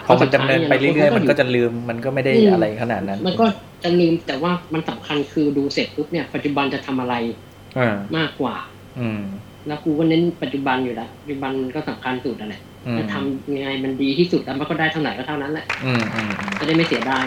พอมันดำเนินไปเรื่อยๆมันก็จะลืมมันก็ไม่ได้อะไรขนาดนั้นมันก็จะลืมแต่ว่ามันสำคัญคือดูเสร็จปุ๊บเนี่ยปัจจุบันจะทำอะไรมากกว่าแล้วกูก็เน้นปัจจุบันอยู่แล้วปัจจุบันก็สำคัญสุดนั่นแหละจะทำยังไงมันดีที่สุดแล้วมันก็ได้เท่าไหร่ก็เท่านั้นแหละจะได้ไม่เสียดาย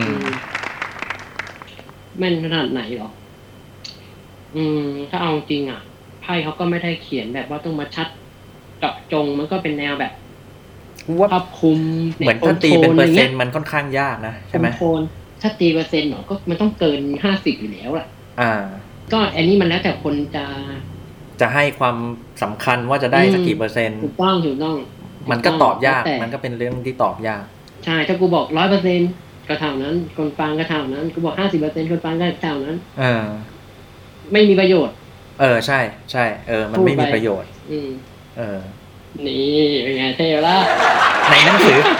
แม่นขนาดไหนหรออืมถ้าเอาจริงอ่ะไพ่เขาก็ไม่ได้เขียนแบบว่าต้องมาชัดเจาะจงมันก็เป็นแนวแบบว่าครอบคลุมเหมือนถ้าตีเป็นเปอร์เซ็นต์มันค่อนข้างยากนะใช่ไหมโทนถ้าตีเปอร์เซ็นต์หรอก็มันต้องเกินห้าสิบอยู่แล้วล่ะอ่าก็อันนี้มันแล้วแต่คนจะจะให้ความสำคัญว่าจะได้สักกี่เปอร์เซ็นต์ถูกต้องถูกต้องมันก็ตอบยากมันก็เป็นเรื่องที่ตอบยากใช่ถ้ากูบอกร้อยเปอร์เซ็นต์ก็เท่านั้นคนฟังก็เท่านั้นกูบอกห้าสิบเปอร์เซ็นต์คนฟังก็เท่านั้นเออไม่มีประโยชน์เออใช่ใช่เออมันไม่มีประโยชน์อืมเออนี่เป็นไงเท่ล่ะในหนังสือ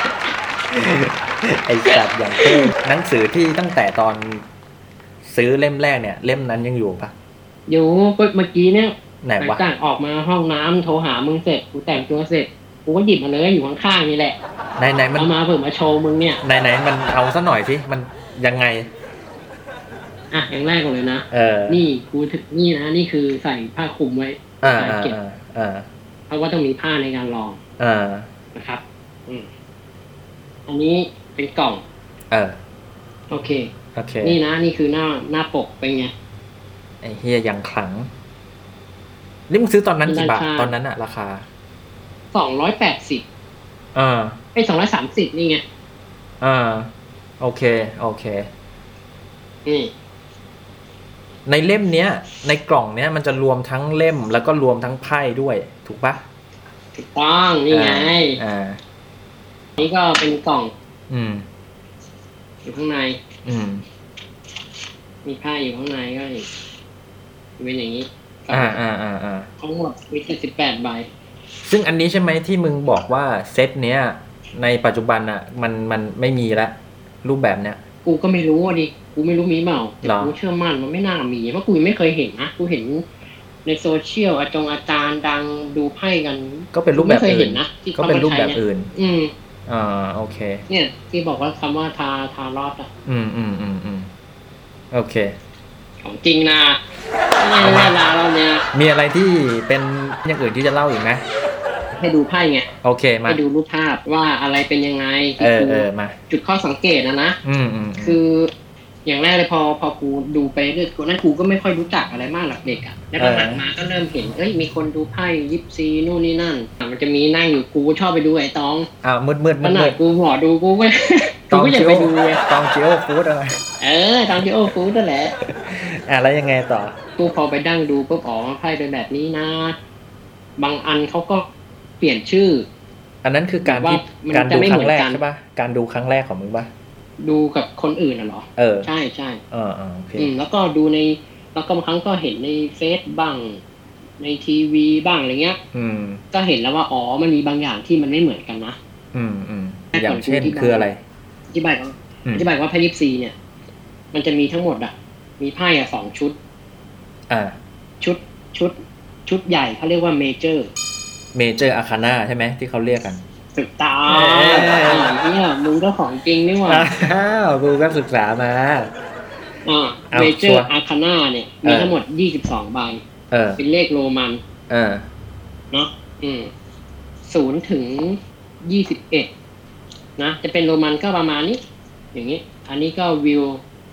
ไอ้สัตว์อย่างเท่หนังสือที่ตั้งแต่ตอนซื้อเล่มแรกเนี่ยเล่มนั้นยังอยู่ปะอยู่ก็เมื่อกี้เนี่ยไหนวะต่างออกมาห้องน้ำโทรหามึงเสร็จกูแต่งตัวเสร็จกูก็หยิบมาเลยอยู่ข้างๆนี่แหละไหนไหนมันเอามาเผื่อมาโชว์มึงเนี่ยไหนไหนมันเอาซะหน่อยสิมันยังไงอ่ะอย่างแรกก่อนเลยนะเออนี่กูถึงนี่นะนี่คือใส่ผ้าคลุมไว้อ่าอ่าอ่าเพราะว่าต้องมีผ้าในการรองอ่านะครับอืมอันนี้เป็นกล่องเออโอเคโอเคนี่นะนี่คือหน้าหน้าปกเป็นไงไอ้เฮียอย่างขลังนี่มึงซื้อตอนนั้นกี่บาทตอนนั้นอะราคาสองร้อยแปดสิบอ่าไอ้สองร้อยสามสิบนี่ไงอ่าโอเคโอเคนี่ในเล่มเนี้ยในกล่องเนี้ยมันจะรวมทั้งเล่มแล้วก็รวมทั้งไพ่ด้วยถูกปะถูกต้องนี่ไงอ่านี่ก็เป็นกล่องอืมอยู่ข้างในอืมมีไพ่อยู่ข้างในก็เป็นอย่างนี้อ่าอ่าอ่าอ่าทั้งหมดมีสิบแปดใบซึ่งอันนี้ใช่ไหมที่มึงบอกว่าเซตเนี้ยในปัจจุบันอ่ะมันมันไม่มีละรูปแบบเนี้ยกูก็ไม่รู้อ่ะดิกูไม่รู้มีเปล่าแต่กูเชื่อมั่นมันไม่น่ามีเพราะกูไม่เคยเห็นนะกูเห็นในโซเชียลอาจงอาจารย์ดังดูไพ่กันก็เป็นรูปแบบอื่นนะก็เป็นรูปแบบอื่นอืมอ่าโอเคเนี่ยที่บอกว่าคำว่าทาทารอดอ่ะอืมอืมอืมอืมโอเคของจริงนะไม่ใช่เวลาเราเนี่ยมีอะไรที่เป็นอย่างอื่นที่จะเล่าอีกไหมให้ดูไพ่ไงโอเคมาให้ดูรูปภาพว่าอะไรเป็นยังไงเออเออมาจุดข้อสังเกตนะนะอืมอืมคืออย่างแรกเลยพอพอกูดูไปเรื่อยๆนั้นกูก็ไม่ค่อยรู้จักอะไรมากหลักเด็กอ่ะแล้วหลังมาก็เริ่มเห็นเอ้ยมีคนดูไพ่ยิปซีนู่นนี่นั่นมันจะมีนั่งอยู่กูชอบไปดูไอ้ตองอ่ามืดมืดมืดมืดกูหอดูกูก็กูก็อยากไปดูเลยตองจิโอฟูดอะไรเออตองจิโอฟูดนั่นแหละอ่าแล้วยังไงต่อกูพอไปดั้งดูปุ๊บอ๋อไพ่เป็นแบบนี้นะบางอันเขาก็เปลี่ยนชื่ออันนั้นคือการที่การดูครั้งแรกใช่ป่ะการดูครั้งแรกของมึงป่ะดูกับคนอื่นน่ะเหรอเออใช่ใช่เออโอเคแล้วก็ดูในแล้วก็บางครั้งก็เห็นในเฟซบ้างในทีวีบ้างอะไรเงี้ยอืมก็เห็นแล้วว่าอ๋อมันมีบางอย่างที่มันไม่เหมือนกันนะอืมอืมอย่างเช่นคืออะไรอธิบายก่อนอธิบายว่าไพ่ยิปซีเนี่ยมันจะมีทั้งหมดอ่ะมีไพ่อ่ะสองชุดอ่าชุดชุดชุดใหญ่เขาเรียกว่าเมเจอร์เมเจอร์อาคาน่าใช่ไหมที่เขาเรียกกันศึกษาเนี่ยมึงก็ของจริงนี่หว่าอ้าวกูก็ศึกษามาอ่าเมเจอร์อาคาน่าเนี่ยมีทั้งหมดยี่สิบสองใบเป็นเลขโรมันเออเนาะอืมศูนย์ถึงยี่สิบเอ็ดนะจะเป็นโรมันก็ประมาณนี้อย่างนี้อันนี้ก็ Wheel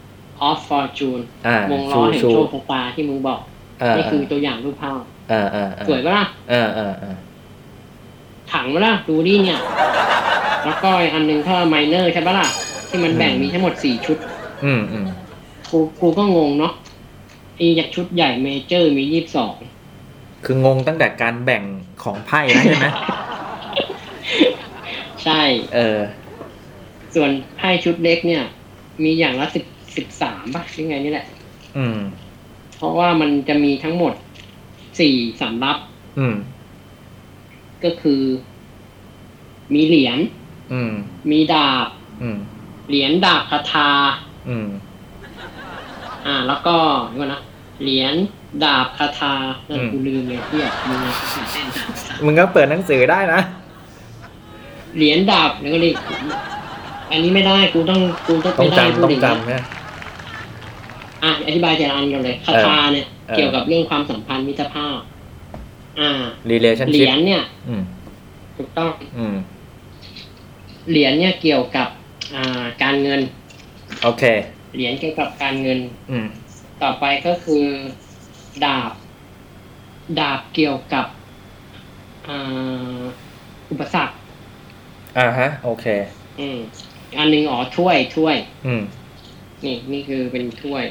of Fortune วงล้อแห่งโชคชะตาที่มึงบอกนี่คือตัวอย่างรูปภาพสวยปะล่ะเออเออเออถังปะล่ะดูดิเนี่ยแล้วก็อันนึงก็ไมเนอร์ใช่ปะล่ะที่มันแบ่งมีทั้งหมดสี่ชุดอืมอืมกูกูก็งงเนาะไอ้จากชุดใหญ่เมเจอร์มียี่สิบสองคืองงตั้งแต่การแบ่งของไพ่นะใช่ไหมใช่เออส่วนไพ่ชุดเล็กเนี่ยมีอย่างละสิบสิบสามป่ะยังไงนี่แหละอืมเพราะว่ามันจะมีทั้งหมดสี่สำรับอืมก็คือมีเหรียญอืมมีดาบอืมเหรียญดาบคาถาอืมอ่าแล้วก็นี่นะเหรียญดาบคาถานั่นกูลืมเลยเที่ยมึงมึงก็เปิดหนังสือได้นะเหรียญดาบแล้วก็นี่อันนี้ไม่ได้กูต้องกูต้องต้องไม่ได้จำพูดต้องอย่างนี้จำนะอ่ะอธิบายแต่ละอันกันเลยคาถาเนี่ยเออเกี่ยวกับเรื่องความสัมพันธ์มิตรภาพอ่า relationship เหรียญเนี่ยอืมถูกต้องอืมเหรียญเนี่ยเกี่ยวกับอ่าการเงินโอเคเหรียญเกี่ยวกับการเงินอืมต่อไปก็คือดาบ ดาบเกี่ยวกับอ่าอุปสรรคอ่าฮะ โอเคอืมอันหนึ่งอ๋อถ้วยถ้วยอืมนี่นี่คือเป็นถ้วย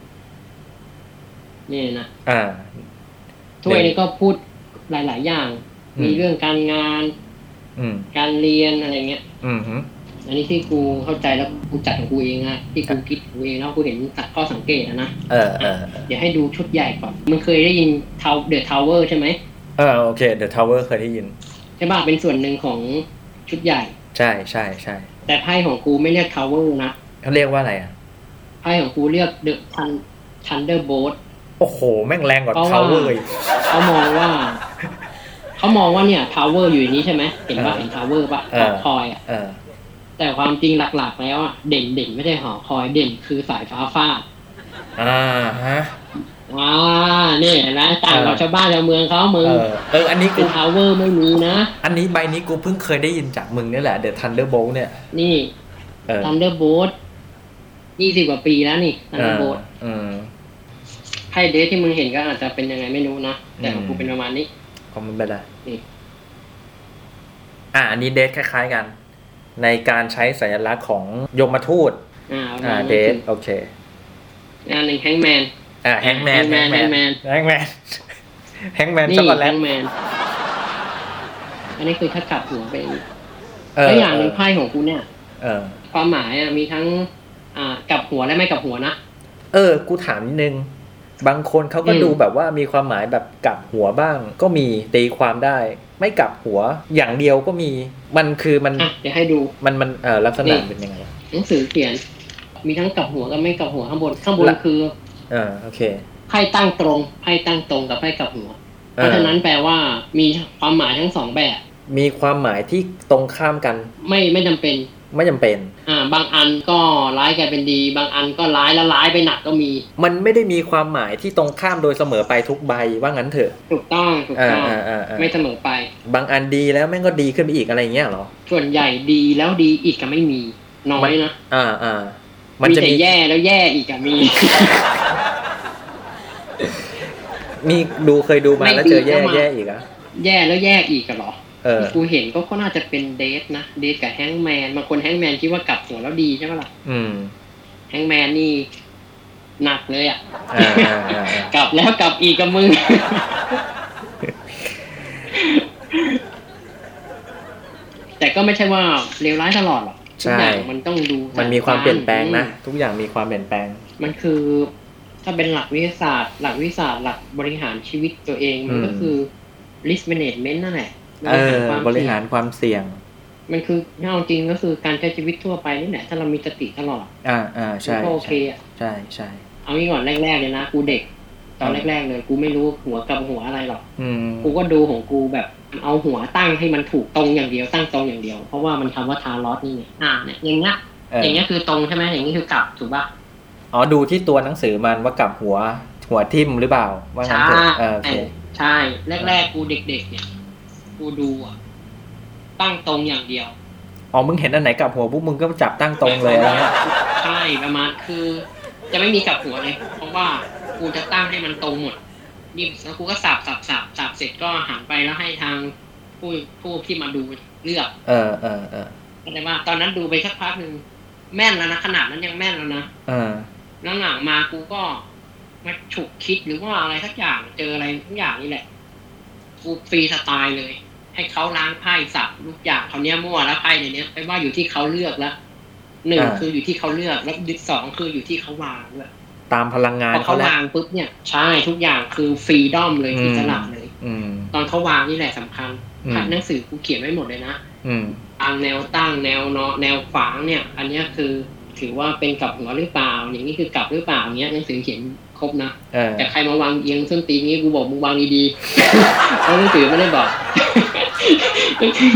นี่นะอ่าถ้วยนี่ก็พูดหลาย ๆ อย่างอืมมีเรื่องการงานอืมการเรียนอะไรเงี้ยอืมฮึอันนี้ที่กูเข้าใจแล้วกูจัดของกูเองอะที่กูคิดของกูเองแล้วกูเห็นข้อสังเกตนะนะเออเออเออเดี๋ยวให้ดูชุดใหญ่ก่อนมึงเคยได้ยินทาวเดอะทาวเวอร์ใช่ไหมเออโอเค The Tower เคยได้ยินใช่ป่ะเป็นส่วนหนึ่งของชุดใหญ่ใช่ใช่ใช่แต่ไพ่ของกูไม่เรียกทาวเวอร์นะเขาเรียกว่าอะไรอ่ะไพ่ของกูเรียกเดอะทันทันเดอร์โบลโอ้โห แม่งแรงกว่าเพราะว่า Tower อีกเขามองว่าเขามองว่าเนี่ยทาวเวอร์อยู่ในนี้ใช่ไหมเห็นป่ะเออเห็นทาวเวอร์ป่ะเอหออคอยอ่ะเออแต่ความจริงหลักๆแล้วอ่ะเด่นเด่นไม่ได้หอคอยเด่นคือสายฟ้าฟาดอ่าฮะอ่านี่เห็นไหมต่างกับชาวบ้านชาวเมืองเขามึเอง อ เออ อันนี้เป็กูนทาวเวอร์ไม่มีนะอันนี้ใบนี้กูเพิ่งเคยได้ยินจากมึงนี่แหละ The Thunderbolt เนี่ยนี่เออทันเดอร์โบลยี่สิบกว่าปีแล้วนี่ทันเอเดอร์อโบลอืมไพ่เดทที่มึงเห็นก็อาจจะเป็นยังไงไม่รู้นะแต่ของกูอืมเป็นประมาณนี้ของมันเป็นอะไรนี่อ่า อันนี้เดทคล้ายๆกัน ในการใช้สัญลักษณ์ของยมทูตอ่าประอ่ามาณเดนี้ทโอเคงานหนึ่งแฮงแมนอ่าแฮงแมน Hangman Hangman แฮงแมนแฮงแมนนี่ช็อกโกแลแฮตงแมนอันนี้คือถ้ากลับหัวไปเออแล้วอย่างหนึ่งเออไพ่ของกูเนี่ยเออความหมายอ่ะมีทั้งอ่ากลับหัวและไม่กลับหัวนะเออ กูถามนิดนึง บางคนเขาก็อืมดูแบบว่ามีความหมายแบบกลับหัวบ้าง ก็มีตีความได้ ไม่กลับหัวอย่างเดียวก็มี มันคือมันอ่ะเดี๋ยวให้ดูมันมันเออลักษณะนี่เป็นยังไงวะหนังสือเขียน มีทั้งกลับหัวกับไม่กลับหัวข้างบน ข้างบนละคือเออโอเคไพ่ตั้งตรงไพ่ตั้งตรงกับไพ่กลับหัวเออเพราะฉะนั้นแปลว่ามีความหมายทั้งสองแบบมีความหมายที่ตรงข้ามกันไม่ไม่จำเป็นไม่จำเป็นอ่า บางอันก็ร้ายกลายเป็นดี บางอันก็ร้ายแล้วร้ายไปหนักก็มีมันไม่ได้มีความหมายที่ตรงข้ามโดยเสมอไปทุกใบว่างั้นเถอะถูกต้องถูกอ่าต้องอ่าอ่าอ่าไม่เสมอไปบางอันดีแล้วแม่งก็ดีขึ้นไปอีกอะไรเงี้ยเหรอส่วนใหญ่ดีแล้วดีอีกก็ไม่มีน้อยนะอ่าอ่ามันมีจะแต่มีแย่แล้วแย่อีกอะมีมีดูเคยดูมาไม่แล้วเจอดีแย่เข้ามาแย่อีกอะแย่แล้วแย่อีกอะเหรอเออที่กูเห็นก็ก็น่าจะเป็นเดทนะเดทกับแฮงก์แมนบางคนแฮงก์แมนคิดว่ากลับหัวแล้วดีใช่ไหมล่ะอืมแฮงก์แมนนี่หนักเลยอะอ่าอ่าอ่าอ่ากลับแล้วกลับอีกกับมึง แต่ก็ไม่ใช่ว่าเลวร้ายตลอดหรอกทุกอย่างมันต้องดูมันมีความเปลี่ยนแปลงนะทุกอย่างมีความเปลี่ยนแปลงมันคือถ้าเป็นหลักวิทยาศาสตร์ หลักวิทยาศาสตร์หลักบริหารชีวิตตัวเองมันก็คือ risk management นั่นแหละเออบริหารความเสี่ยงมันคือเอาจริงก็คือการใช้ชีวิตทั่วไปนี่แหละถ้าเรามีสติตลอดอ่าอ่าใช่ก็โอเคอ่ะใช่ใช่เอางี้ก่อนแรกๆเลยนะกูเด็กตอนแรกๆเลยกูไม่รู้หัวกับหัวอะไรหรอกอืมกูก็ดูของกูแบบเอาหัวตั้งให้มันถูกตรงอย่างเดียวตั้งตรงอย่างเดียวเพราะว่ามันคำว่าทารอสนี่ไงอ่าเนี่ยอย่างเงี้ยเอออย่างเงี้ยคือตรงใช่ไหมอย่างนี้คือกลับถูกป่ะอ๋อดูที่ตัวหนังสือมันว่ากลับหัวหัวทิ่มหรือเปล่าว่างั้นใช่เถอะเออโอเคใช่แรกๆกูเด็กๆเนี่ยกูดูอ่ะตั้งตรงอย่างเดียวอ๋อมึงเห็นอันไหนกลับหัวปุ๊บมึงก็จับตั้งตรงเลยอะไรเงี้ยใช่ประมาณคือ จะไม่มีกลับหัวเลย เพราะว่ากูจะตั้งให้มันตรงหมดนี่แล้วกูก็สับสับสับสับเสร็จก็หันไปแล้วให้ทางผู้ผู้ที่มาดูเลือกเออเออเออเข้าใจว่าตอนนั้นดูไปสักพักหนึ่งแม่นแล้วนะขนาดนั้นยังแม่นแล้วนะเออหลังๆมากูก็มาฉุกคิดหรือว่าอะไรสักอย่างเจออะไรทุกอย่างนี่แหละกูฟรีสไตล์เลย ให้เขาล้างไพ่สับทุกอย่างเขาวเนี้ยมั่วแล้วไพ่ในเนี้ยไปว่าอยู่ที่เขาเลือกแล้วหนึ่งอ่าคืออยู่ที่เขาเลือกแล้วสองคืออยู่ที่เขาวางด้วยตามพลังงานพอเขาเขาแล้ววางปุ๊บเนี่ยใช่ทุกอย่างคือฟรีดอมเลยอืมอิสระเลยอืมตอนเขาวางนี่แหละสำคัญอืมหนังสือกูเขียนไว้หมดเลยนะอืมทางแนวตั้งแนวเนาะแนวขวางเนี่ย อันเนี้ยคือถือว่าเป็นกลับหัวหรือเปล่าอย่างนี้คือกลับหรือเปล่าอย่างเงี้ยหนังสือเขียนครบนะเออแต่ใครมาวางเอียงส้นตีนนี้กูบอกมึงวางดีๆ เพราะหนังสือไม่ได้บอก ก็คือมี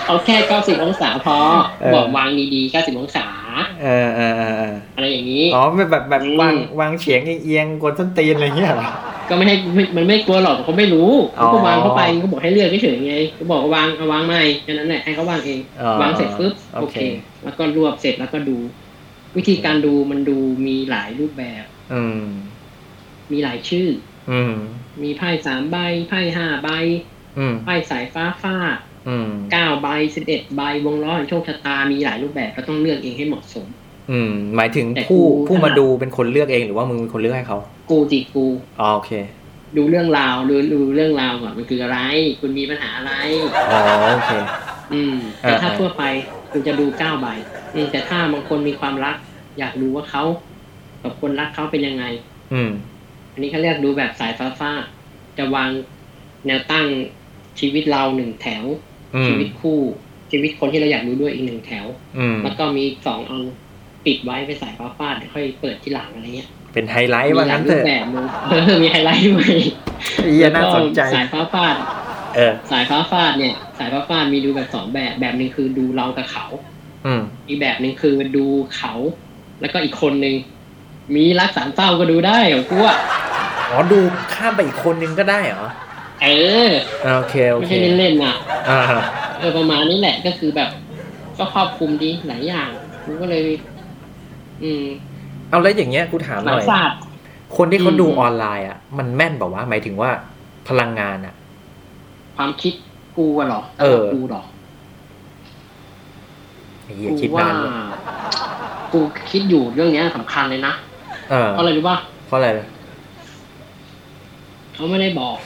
เอาแค่เก้าสิบองศาพอบอกวางดีๆเก้าสิบองศาเออเออเอออะไรอย่างนี้อ๋อแบบแบบวางวางเฉียงเอียงๆกดส้นตีนอะไรเงี้ยก็ไม่ให้มันไม่กลัวหรอกเขาไม่รู้เขาก็วางเข้าไปเขาบอกให้เลือกเฉยๆไงเขาบอกวางเอาวางไม่แค่นั้นแหละให้เขาวางเองวางเสร็จปุ๊บโอเคแล้วก็รวบเสร็จแล้วก็ดูวิธีการดูมันดูมีหลายรูปแบบอืมมีหลายชื่ออืมมีไพ่สามใบไพ่ห้าใบไพ่สายฟ้าฟาดเก้าใบสิบเอ็ดใบวงล้อโชคชะตามีหลายรูปแบบก็ต้องเลือกเองให้เหมาะสมอืมหมายถึงผู้ผู้มาดูเป็นคนเลือกเองหรือว่ามึงเป็นคนเลือกให้เขากูจิกูอ๋อโอเคดูเรื่องราวดูดูเรื่องราวก่อนมันคืออะไรคุณมีปัญหาอะไรอ๋อโอเคอืมแต่ถ้าทั่วไปคุณจะดูเก้าใบอืมแต่ถ้าบางคนมีความรักอยากรู้ว่าเขากับคนรักเขาเป็นยังไงอืมอันนี้เขาเรียกดูแบบสายฟ้าฟ้าจะวางแนวตั้งชีวิตเราหนึ่งแถวชีวิตคู่ชีวิตคนที่เราอยากดูด้วยอีกหนึ่งแถวแล้วก็มีสองอันปิดไว้ไปสายฟ้าฟาดค่อยเปิดที่หลังอะไรเงี้ยเป็นไฮไลท์ว่างั้นเถอะแบบนึงมีไฮไลท์ด้วยแล้วก็สายฟ้าฟาดเออสายฟ้าฟาดเนี่ยสายฟ้าฟาดมีดูแบบสองแบบแบบนึงคือดูเรากับเขาอีกแบบนึงคือดูเขาแล้วก็อีกคนนึงมีรักสามเศร้าก็ดูได้เหรอกูอ่ะอ๋อดูข้ามไปอีกคนนึงก็ได้เหรอเออโอเคโอเคไม่ใช่เล่นๆอ่ะอ่าเออประมาณนี้แหละก็คือแบบก็ครอบคลุมดีหลายอย่างกูก็เลยอืมเอาแล้วอย่างเงี้ยกูถามหน่อยคนที่เขาดูออนไลน์อ่ะมันแม่นบอกว่าหมายถึงว่าพลังงานอ่ะความคิดกูอ่ะหรอเออกูหรอกูว่ากูคิดอยู่เรื่องนี้สำคัญเลยนะเออเพราะอะไรรู้ป่ะเพราะอะไรเขาไม่ได้บอก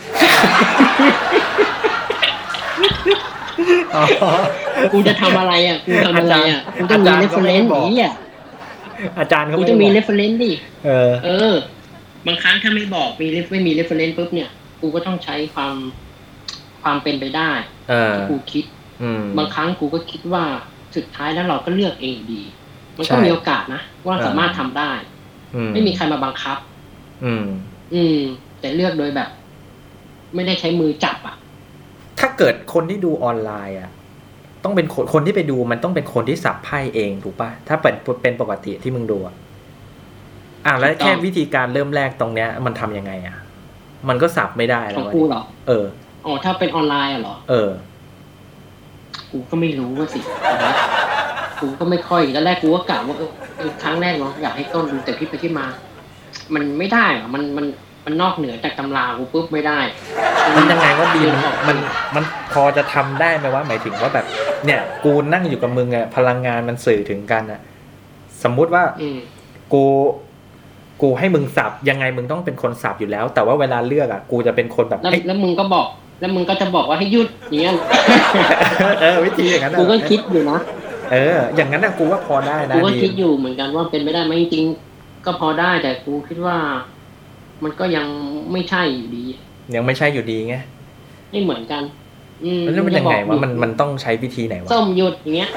กูจะทำอะไรอ่ะกูทำอะไรอ่ะกูต้องมีเรฟเฟอเรนซ์ดิอ่ะอาจารย์เขากูจะมีเรฟเฟอเรนซ์ดิเออเออบางครั้งถ้าไม่บอกมีไม่มีเรฟเฟอเรนซ์ปุ๊บเนี่ยกูก็ต้องใช้ความความเป็นไปได้ที่กูคิดบางครั้งกูก็คิดว่าสุดท้ายแล้วเราก็เลือกเองดีมันก็มีโอกาสนะว่าสามารถทำได้ไม่มีใครมาบังคับอืมอืมแต่เลือกโดยแบบไม่ได้ใช้มือจับอ่ะถ้าเกิดคนที่ดูออนไลน์อ่ะต้องเป็นคนคนที่ไปดูมันต้องเป็นคนที่สับไพ่เองถูกป่ะถ้าเป็นเป็นปกติที่มึงดูอ่ะอ่ะแล้วแค่วิธีการเริ่มแรกตรงเนี้ยมันทำยังไงอ่ะมันก็สับไม่ได้แล้วของกูเหรอเอออ๋อถ้าเป็นออนไลน์อ่ะเหรอเออกูก็ไม่รู้ว่าสิกูก็ไม่ค่อยตอนแรกกูก็กะว่าเออครั้งแรกเนาะอยากให้ต้นดูแต่คิดไปคิดมามันไม่ได้อ่ะมันมันมันนอกเหนือจากตำรากูปุ๊บไม่ได้มันยังไงว่าดีมันมันพอจะทำได้ไหมว่าหมายถึงว่าแบบเนี่ยกูนั่งอยู่กับมึงอะพลังงานมันสื่อถึงกันอะสมมุติว่ากูกูให้มึงสับยังไงมึงต้องเป็นคนสับอยู่แล้วแต่ว่าเวลาเลือกอะกูจะเป็นคนแบบแล้วมึงก็บอกแล้วมึงก็จะบอกว่าให้หยุดอย่างเงี้ยเออวิธีอย่างนั้นกูก็คิดอยู่นะเอออย่างนั้นอะกูว่าพอได้นะกูก็คิดอยู่เหมือนกันว่าเป็นไม่ได้ไหมจริงก็พอได้แต่กูคิดว่ามันก็ยังไม่ใช่อยู่ดียังไม่ใช่อยู่ดีไงไม่เหมือนกันอืมแล้วมันยังไงวะมันมันต้องใช้วิธีไหนวะส้มหยุดอย่างเงี้ย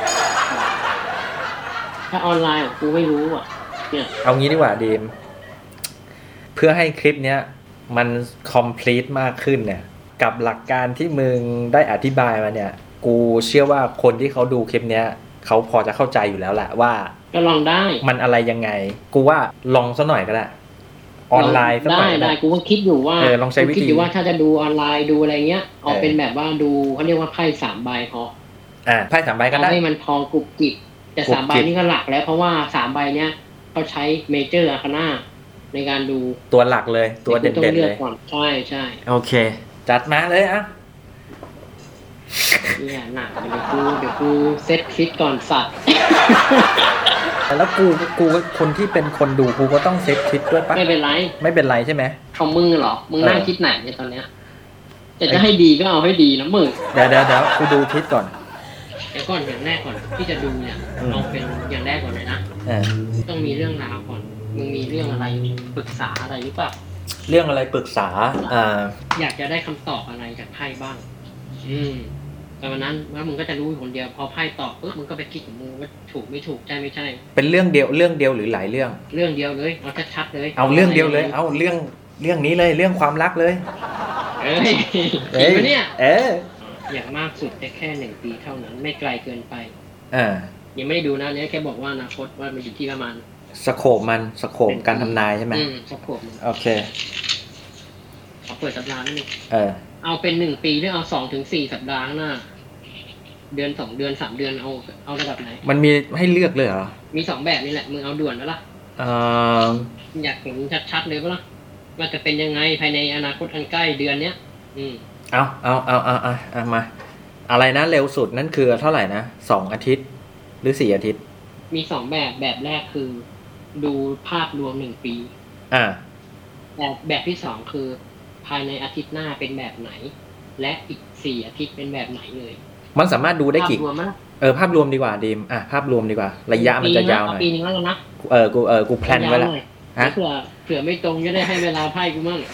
ถ้าออนไลน์กูไม่รู้อ่ะเนี่ยเอางี้ดีกว่าดีมเพื่อให้คลิปเนี้ยมัน complete มากขึ้นเนี่ยกับหลักการที่มึงได้อธิบายมาเนี่ยกูเชื่อว่าคนที่เขาดูคลิปเนี้ยเขาพอจะเข้าใจอยู่แล้วแหละว่าก็ลองได้มันอะไรยังไงกูว่าลองซะหน่อยก็ได้ออนไลน์สักหน่อยได้ได้กูก็คิดอยู่ว่าเออลองใช้วิธีคิดอยู่ว่าถ้าจะดูออนไลน์ดูอะไรเงี้ยเอาเป็นแบบว่าดูเขาเรียกว่าไพ่สามใบพออ่าไพ่สามใบก็ได้ให้มันพอกรุบกริบแต่สามใบนี่ก็หลักแล้วเพราะว่าสามใบเนี้ยเขาใช้เมเจอร์อาคาน่าในการดูตัวหลักเลยตัวเด่นๆเลยใช่ใช่โอเคจัดมาเลยอ่ะเนี่ยหนักเดี๋ยวกูเดี๋ยวกูเซตคลิปก่อนสัตว์แล้วกูกูคนที่เป็นคนดูกูก็ต้องเซตคลิปด้วยปะไม่เป็นไรไม่เป็นไรใช่ไหมของมึงเหรอมึงนั่งคิดไหนเนี่ยตอนเนี้ยแต่จะให้ดีก็เอาให้ดีนะมึงเดี๋ยวเดี๋ยวเดี๋ยวกูดูคลิปก่อนเดี๋ยวก่อนอย่างแรกก่อนที่จะดูเนี่ยลองเป็นอย่างแรกก่อนเลยนะต้องมีเรื่องราวก่อนมึงมีเรื่องอะไรปรึกษาอะไรหรือเปล่าเรื่องอะไรปรึกษาอ่าอยากจะได้คำตอบอะไรจากไพ่บ้างอืมตอนนั้นว่ามึงก็จะรู้คนเดียวพอไพ่ตอบปุ๊บมึงก็ไปคิดของมึงว่าถูกไม่ถูกใช่ไม่ใช่เป็นเรื่องเดียวเรื่องเดียวหรือหลายเรื่องเรื่องเดียวเลยเอาชัดๆเลยเอาเรื่องเดียวเลยเอาเรื่องเรื่องนี้เลยเรื่องความรักเลยเอ้ยจริงปะเนี่ยเอออย่างมากสุดแต่แค่หนึ่งปีเท่านั้นไม่ไกลเกินไปอ่ายังไม่ได้ดูนะเนี่ยแค่บอกว่าอนาคตว่ามันอยู่ที่ประมาณสโคปมันสโคปการทำนายใช่ไหมอืมสโคปโอเคขอเปิดสัปดาห์นิดนึงเออเอาเป็นหนึ่งปีหรือเอาสองถึงสี่สัปดาห์หน้าเดือนสองเดือนสามเดือนเอาเอาระดับไหนมันมีให้เลือกเลยเหรอมีสองแบบนี่แหละมึงเอาด่วนแล้วล่ะเอออยากเห็นชัดๆเลยปะล่ะว่าจะเป็นยังไงภายในอนาคตอันใกล้เดือนเนี้ยอืมเอาเอาเอาเอาเอาเอามาอะไรนะเร็วสุดนั่นคือเท่าไหร่นะสองอาทิตย์หรือสี่อาทิตย์มีสองแบบแบบแรกคือดูภาพรวมหนึ่งปีอ่าแบบแบบที่สองคือภายในอาทิตย์หน้าเป็นแบบไหนและอีกสี่อาทิตย์เป็นแบบไหนเลยมันสามารถดูได้กี่ภาพรวมมั้ยเออภาพรวมดีกว่าดีมอ่ะภาพรวมดีกว่าระยะมันจะยาวหน่อยปีนึงแล้วนะเออกูเออกูแพลนไว้แล้วฮะเผื่อเผื่อไม่ตรงจะได้ให้เวลาไพ่กูมั่ง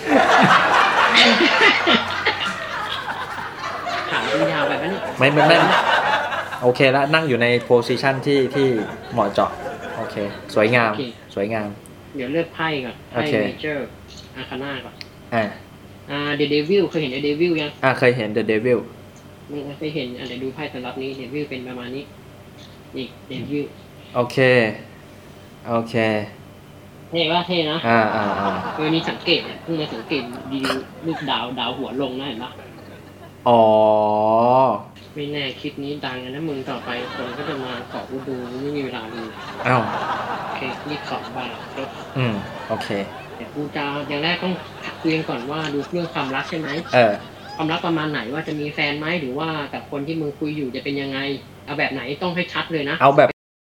ถามยาวแบบนี้ไม่ไม่ไม่โอเคแล้วนั่งอยู่ในโพสิชันที่ที่เหมาะเจาะโอเคสวยงามสวยงามเดี๋ยวเลือกไพ่ก่อนไพ่เมเจอร์อาคาน่าก่อนอ่าอ่าเดอะเดวิลเคยเห็นเดอะเดวิลยังอ่าเคยเห็นเดอะเดวิลมึงเคยเห็นอันไหนดูไพ่สำหรับนี้เดวิลเป็นประมาณนี้นี่เดวิลโอเคโอเคเท่ว่าเท่นะอ่าอ่าอ่าเคยมีสังเกตเนี่ยเพิ่งมาสังเกตดีลูกดาวดาวหัวลงนะเห็นปะอ๋อไม่แน่คลิปนี้ดังนะมึงต่อไปคนก็จะมาขอกูดูไม่มีเวลาดูอ้าวโอเคนี่สองใบครบอืมโอเคเดี๋ยวกูจะอย่างแรกต้องคุยกันก่อนว่าดูเรื่องความรักใช่ไหมเออความรักประมาณไหนว่าจะมีแฟนไหมหรือว่ากับคนที่มึงคุยอยู่จะเป็นยังไงเอาแบบไหนต้องให้ชัดเลยนะเอาแบบ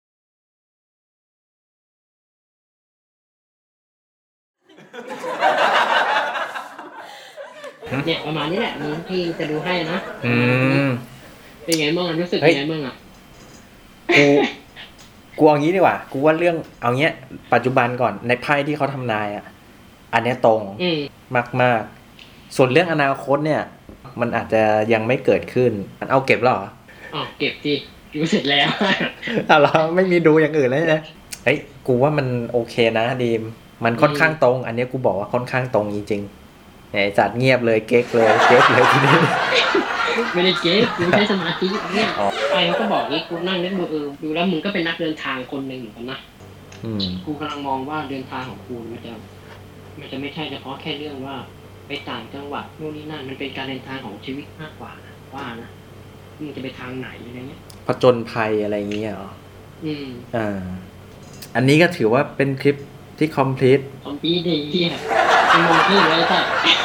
เนี่ยประมาณนี้แหละมึงที่จะดูให้นะอืมเป็นไงบ้างรู้สึกยังไงบ้างอ่ะกูกูเอางี้ดีกว่ากูว่าเรื่องเอาเงี้ยปัจจุบันก่อนในไพ่ที่เขาทำนายอ่ะอันนี้ตรงมากมากส่วนเรื่องอนาคตเนี่ยมันอาจจะยังไม่เกิดขึ้นมันเอาเก็บหรออ๋อเก็บสิดูเสร็จแล้วอ่ะเราไม่มีดูอย่างอื่นเลยนะเฮ้ยกูว่ามันโอเคนะดีมมันค่อนข้างตรงอันนี้กูบอกว่าค่อนข้างตรงจริงๆเนี่ยจัดเงียบเลยเก๊กเลยเก๊กเลยทีนี้ไม่ได้เก๊กกูใช้สมาธิเนี่ยไอ้ก็บอกนี่กูนั่งนึกดูเออดูแล้วมึงก็เป็นนักเดินทางคนหนึ่งเหมือนกันนะกูกำลังมองว่าเดินทางของกูมันจะมันจะไม่ใช่เฉพาะแค่เรื่องว่าไปต่างจังหวัดโน่นนี่นั่นมันเป็นการเดินทางของชีวิตมากกว่านะว่านะมึงจะไปทางไหนอะไรเงี้ยผจญภัยอะไรเงี้ยอ๋ออืมอ่าอันนี้ก็ถือว่าเป็นคลิปที่ complete คอมพลีทดีเหี้ยเป็นมงคลเลยจ้ะ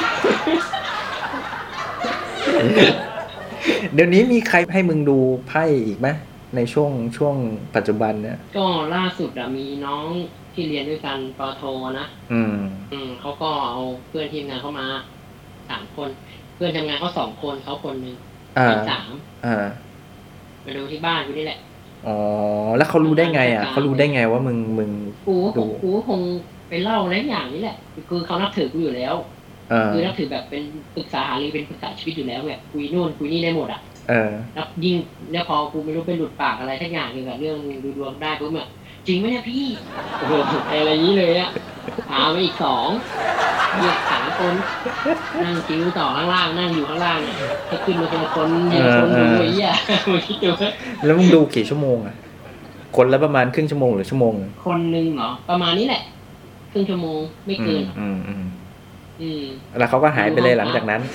เดี๋ยวนี้มีใครให้มึงดูไพ่อีกไหมในช่วงช่วงปัจจุบันเนี่ยก็ล่าสุดอะมีน้องที่เรียนด้วยกันปโทนะอืมอืมเขาก็เอาเพื่อนทีมงานเข้ามาสามคนเพื่อนทำงานเขาสองคนเขาคนหนึ่งเป็นสามอ่ามาดูที่บ้านกูนี่แหละอ๋อแล้วเขารู้ได้ไงอ่ะเขารู้ได้ไงว่ามึงมึงกูกูคงไปเล่าอะไรอย่างนี้แหละคือเขานับถือกูอยู่แล้วคือนับถือแบบเป็นปรึกษาหารือเป็นปรึกษาชีวิตอยู่แล้วแบบคุยโน่นคุยนี่ได้หมดอ่ะแล้วยิ่งแล้วพอกูไม่รู้ไปหลุดปากอะไรทักอย่างเกี่ยวกับเรื่องดูดวงได้ปุ๊บเนี่ยจริงไหมเนี่ยพี่โอ้โหอะไรนี้เลยอ่ะพาไปอีกสองเรียกสามคนนั่งคิ้วต่อข้างล่างนั่งอยู่ข้างล่างเนี่ยให้ขึ้นมาคนละคนเดียวคนดูไอ้เหี้ยมึงคิดดูแล้วมึงดูกี่ชั่วโมงอ่ะคนละประมาณครึ่งชั่วโมงหรือชั่วโมงคนนึงเหรอประมาณนี้แหละครึ่งชั่วโมงไม่เกินอืมอืมอืมแล้วเขาก็หายไปเลยหลังจากนั้น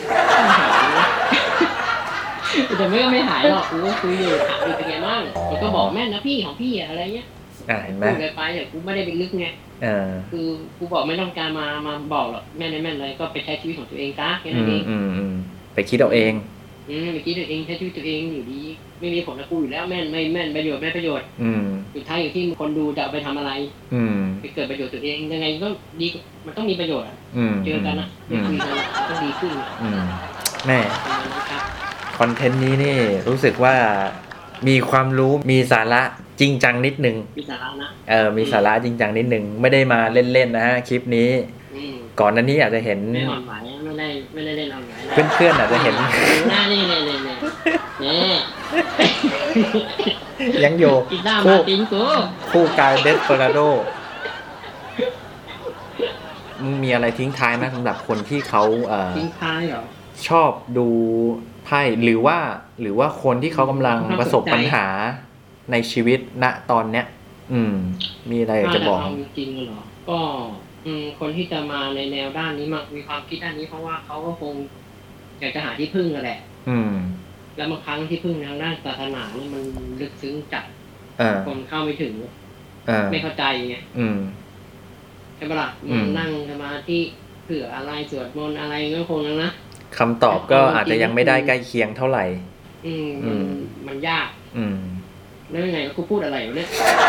แต่ไม่ก็ไม่หายหรอกกูก็คุยอยู่ถามอยู่เป็นไงบ้างมันก็บอกแม่นะพี่ของพี่อะไรเงี้ยอ่าเห็นไหมพูดไปอย่างกูไม่ได้ไปลึกไงคือกูบอกไม่ต้องการมามาบอกหรอกแม่ในแม่เลยก็ไปใช้ชีวิตของตัวเองซะแค่นั้นเองอืมอืมไปคิดเอาเองอืมไปคิดตัวเองใช้ชีวิตตัวเองอยู่ดีไม่มีผลกับกูอยู่แล้วแม่นไม่แม่นประโยชน์ไม่ประโยชน์อืมสุดท้ายอยู่ที่คนดูจะเอาไปทำอะไรอืมไปเกิดประโยชน์ตัวเองยังไงก็ดีมันต้องมีประโยชน์อ่ะเจอกันนะคุยกันก็ดีขึ้นอืมแม่คอนเทนต์นี้นี่รู้สึกว่ามีความรู้มีสาระจริงจังนิดนึงมีสาระนะเออมีสาระจริงจังนิดนึงไม่ได้มาเล่นๆนะฮะคลิปนี้ก่อนหน้านี้อาจจะเห็นไม่อ่อนไหวไม่ได้ไม่ได้เล่นอ่อนไหวเพื่อนๆอาจจะเห็นหน้านี่เลยเลยเนี่ยยังอยู่คู่คู่กายเดสเปอราโดมึงมีอะไรทิ้งท้ายไหมสำหรับคนที่เขาเอ่อทิ้งท้ายเหรอชอบดูไพ่พ่หรือว่าหรือว่าคนที่เขากำลังประสบปัญหาในชีวิตณตอนเนี้ยอืมมีอะไรอยากจะบอกเอาจริงๆเหรอก็อืมคนที่จะมาในแนวด้านนี้มามีความคิดด้านนี้เพราะว่าเขาก็คงอยากจะหาที่พึ่งกันแหละอืมแล้วบางครั้งที่พึ่งทางด้านศาสนานี่มันลึกซึ้งจัดคนเข้าไม่ถึงไม่เข้าใจไงใช่ปะล่ะมันนั่งสมาธิเผื่ออะไรสวดมนต์อะไรก็คงนั้นนะคำตอบก็อาจจะยังไม่ได้ใกล้เคียงเท่าไหร่อืมมันมันยากอืมแล้วยังไงกูพูดอะไรวะเนี่ย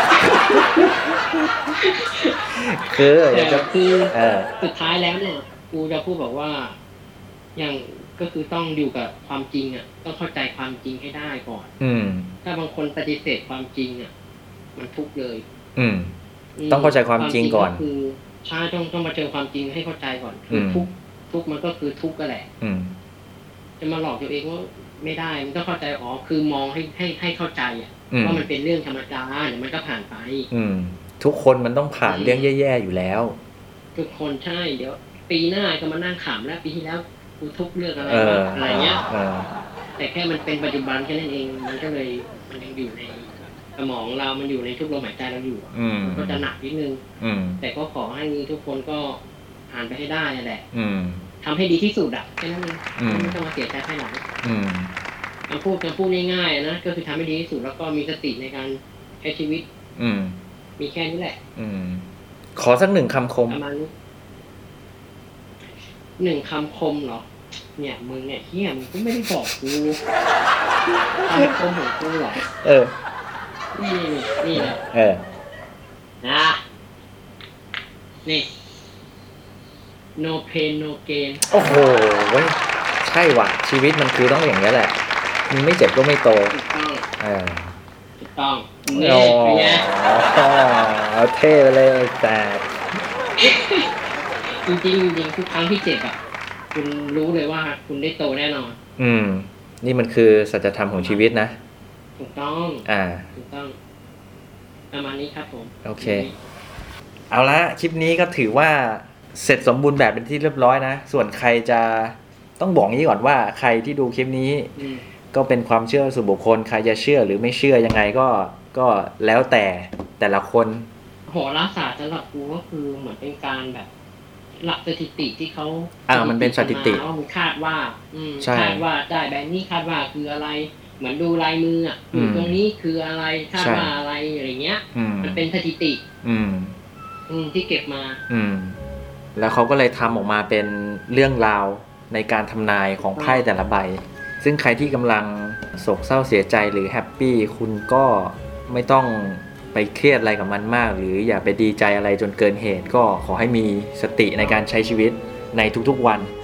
คืออยากจะคือสุดท้ายแล้วเนี่ยกูจะพูดบอกว่าอย่างก็คือต้องอยู่กับความจริงอ่ะต้องเข้าใจความจริงให้ได้ก่อนอืมถ้าบางคนปฏิเสธความจริงอ่ะมันทุกข์เลย อืมต้องเข้าใจความจริงก่อนคือใช่ต้องต้องมาเจอความจริงให้เข้าใจก่อนคือทุกข์ทุกข์มันก็คือทุกข์ก็แหละอืมจะมาหลอกตัวเองว่าไม่ได้มันต้องเข้าใจอ๋อคือมองให้ให้ให้เข้าใจอ่ะว่ามันเป็นเรื่องธรรมดาเดี๋ยวมันก็ผ่านไปอืมทุกคนมันต้องผ่านเรื่องแย่ๆอยู่แล้วทุกคนใช่เดี๋ยวปีหน้าก็มานั่งขำแล้วปีที่แล้วกูทุกเรื่องอะไรอะไรเงี้ยแต่แค่มันเป็นปัจจุบันแค่นั้นเองมันก็เลยมันยังอยู่ในสมองเรามันอยู่ในทุกลมหายใจเราอยู่ก็จะหนักนิดนึงแต่ก็ขอให้ทุกคนก็ผ่านไปให้ได้นั่นแหละทำให้ดีที่สุดอ่ะแค่นั้นเองไม่ต้องมาเสียใจภายหลังคำพูดคำพูดง่ายๆนะก็คือทำให้ดีที่สุดแล้วก็มีสติในการใช้ชีวิตมีแค่นี้แหละขอสักหนึ่งคำคมประมาณนี้หนึ่งคำคมเหรอเนี่ยมึงเนี่ยเฮียมึงก็ไม่ได้บอกกูคำคมของกูเหรอเออนี่นี่แหละเออนะนี่ no pain no gain โอ้โหใช่ว่ะชีวิตมันคือต้องอย่างนี้แหละมึงไม่เจ็บก็ไม่โตถูกต้องเออถูกต้องนี่เป็นไงเอาเท่ไปเลยแต่จริงจริงจริงทุกครั้งที่เจ็บอ่ะคุณรู้เลยว่าคุณได้โตแน่นอนอืมนี่มันคือสัจธรรมของชีวิตนะถูกต้องอ่าถูกต้องประมาณนี้ครับผมโอเคเอาละคลิปนี้ก็ถือว่าเสร็จสมบูรณ์แบบเป็นที่เรียบร้อยนะส่วนใครจะต้องบอกงี้ก่อนว่าใครที่ดูคลิปนี้ก็เป็นความเชื่อส่วนบุคคลใครจะเชื่อหรือไม่เชื่อยังไงก็ก็แล้วแต่แต่ละคนโหราศาสตร์สำหรับกูก็คือเหมือนเป็นการแบบหลักสถิติที่เขาอ่ามันเป็นสถิติว่ามันคาดว่าอืมคาดว่าได้แบบนี้คาดว่าคืออะไรเหมือนดูลายมืออ่ะอยู่ตรงนี้คืออะไรคาดว่าอะไรอะไรเงี้ยมันเป็นสถิติอืมอืมที่เก็บมาอืมแล้วเขาก็เลยทำออกมาเป็นเรื่องราวในการทำนายของไพ่แต่ละใบซึ่งใครที่กำลังโศกเศร้าเสียใจหรือแฮปปี้คุณก็ไม่ต้องไปเครียดอะไรกับมันมากหรืออย่าไปดีใจอะไรจนเกินเหตุก็ขอให้มีสติในการใช้ชีวิตในทุกๆวัน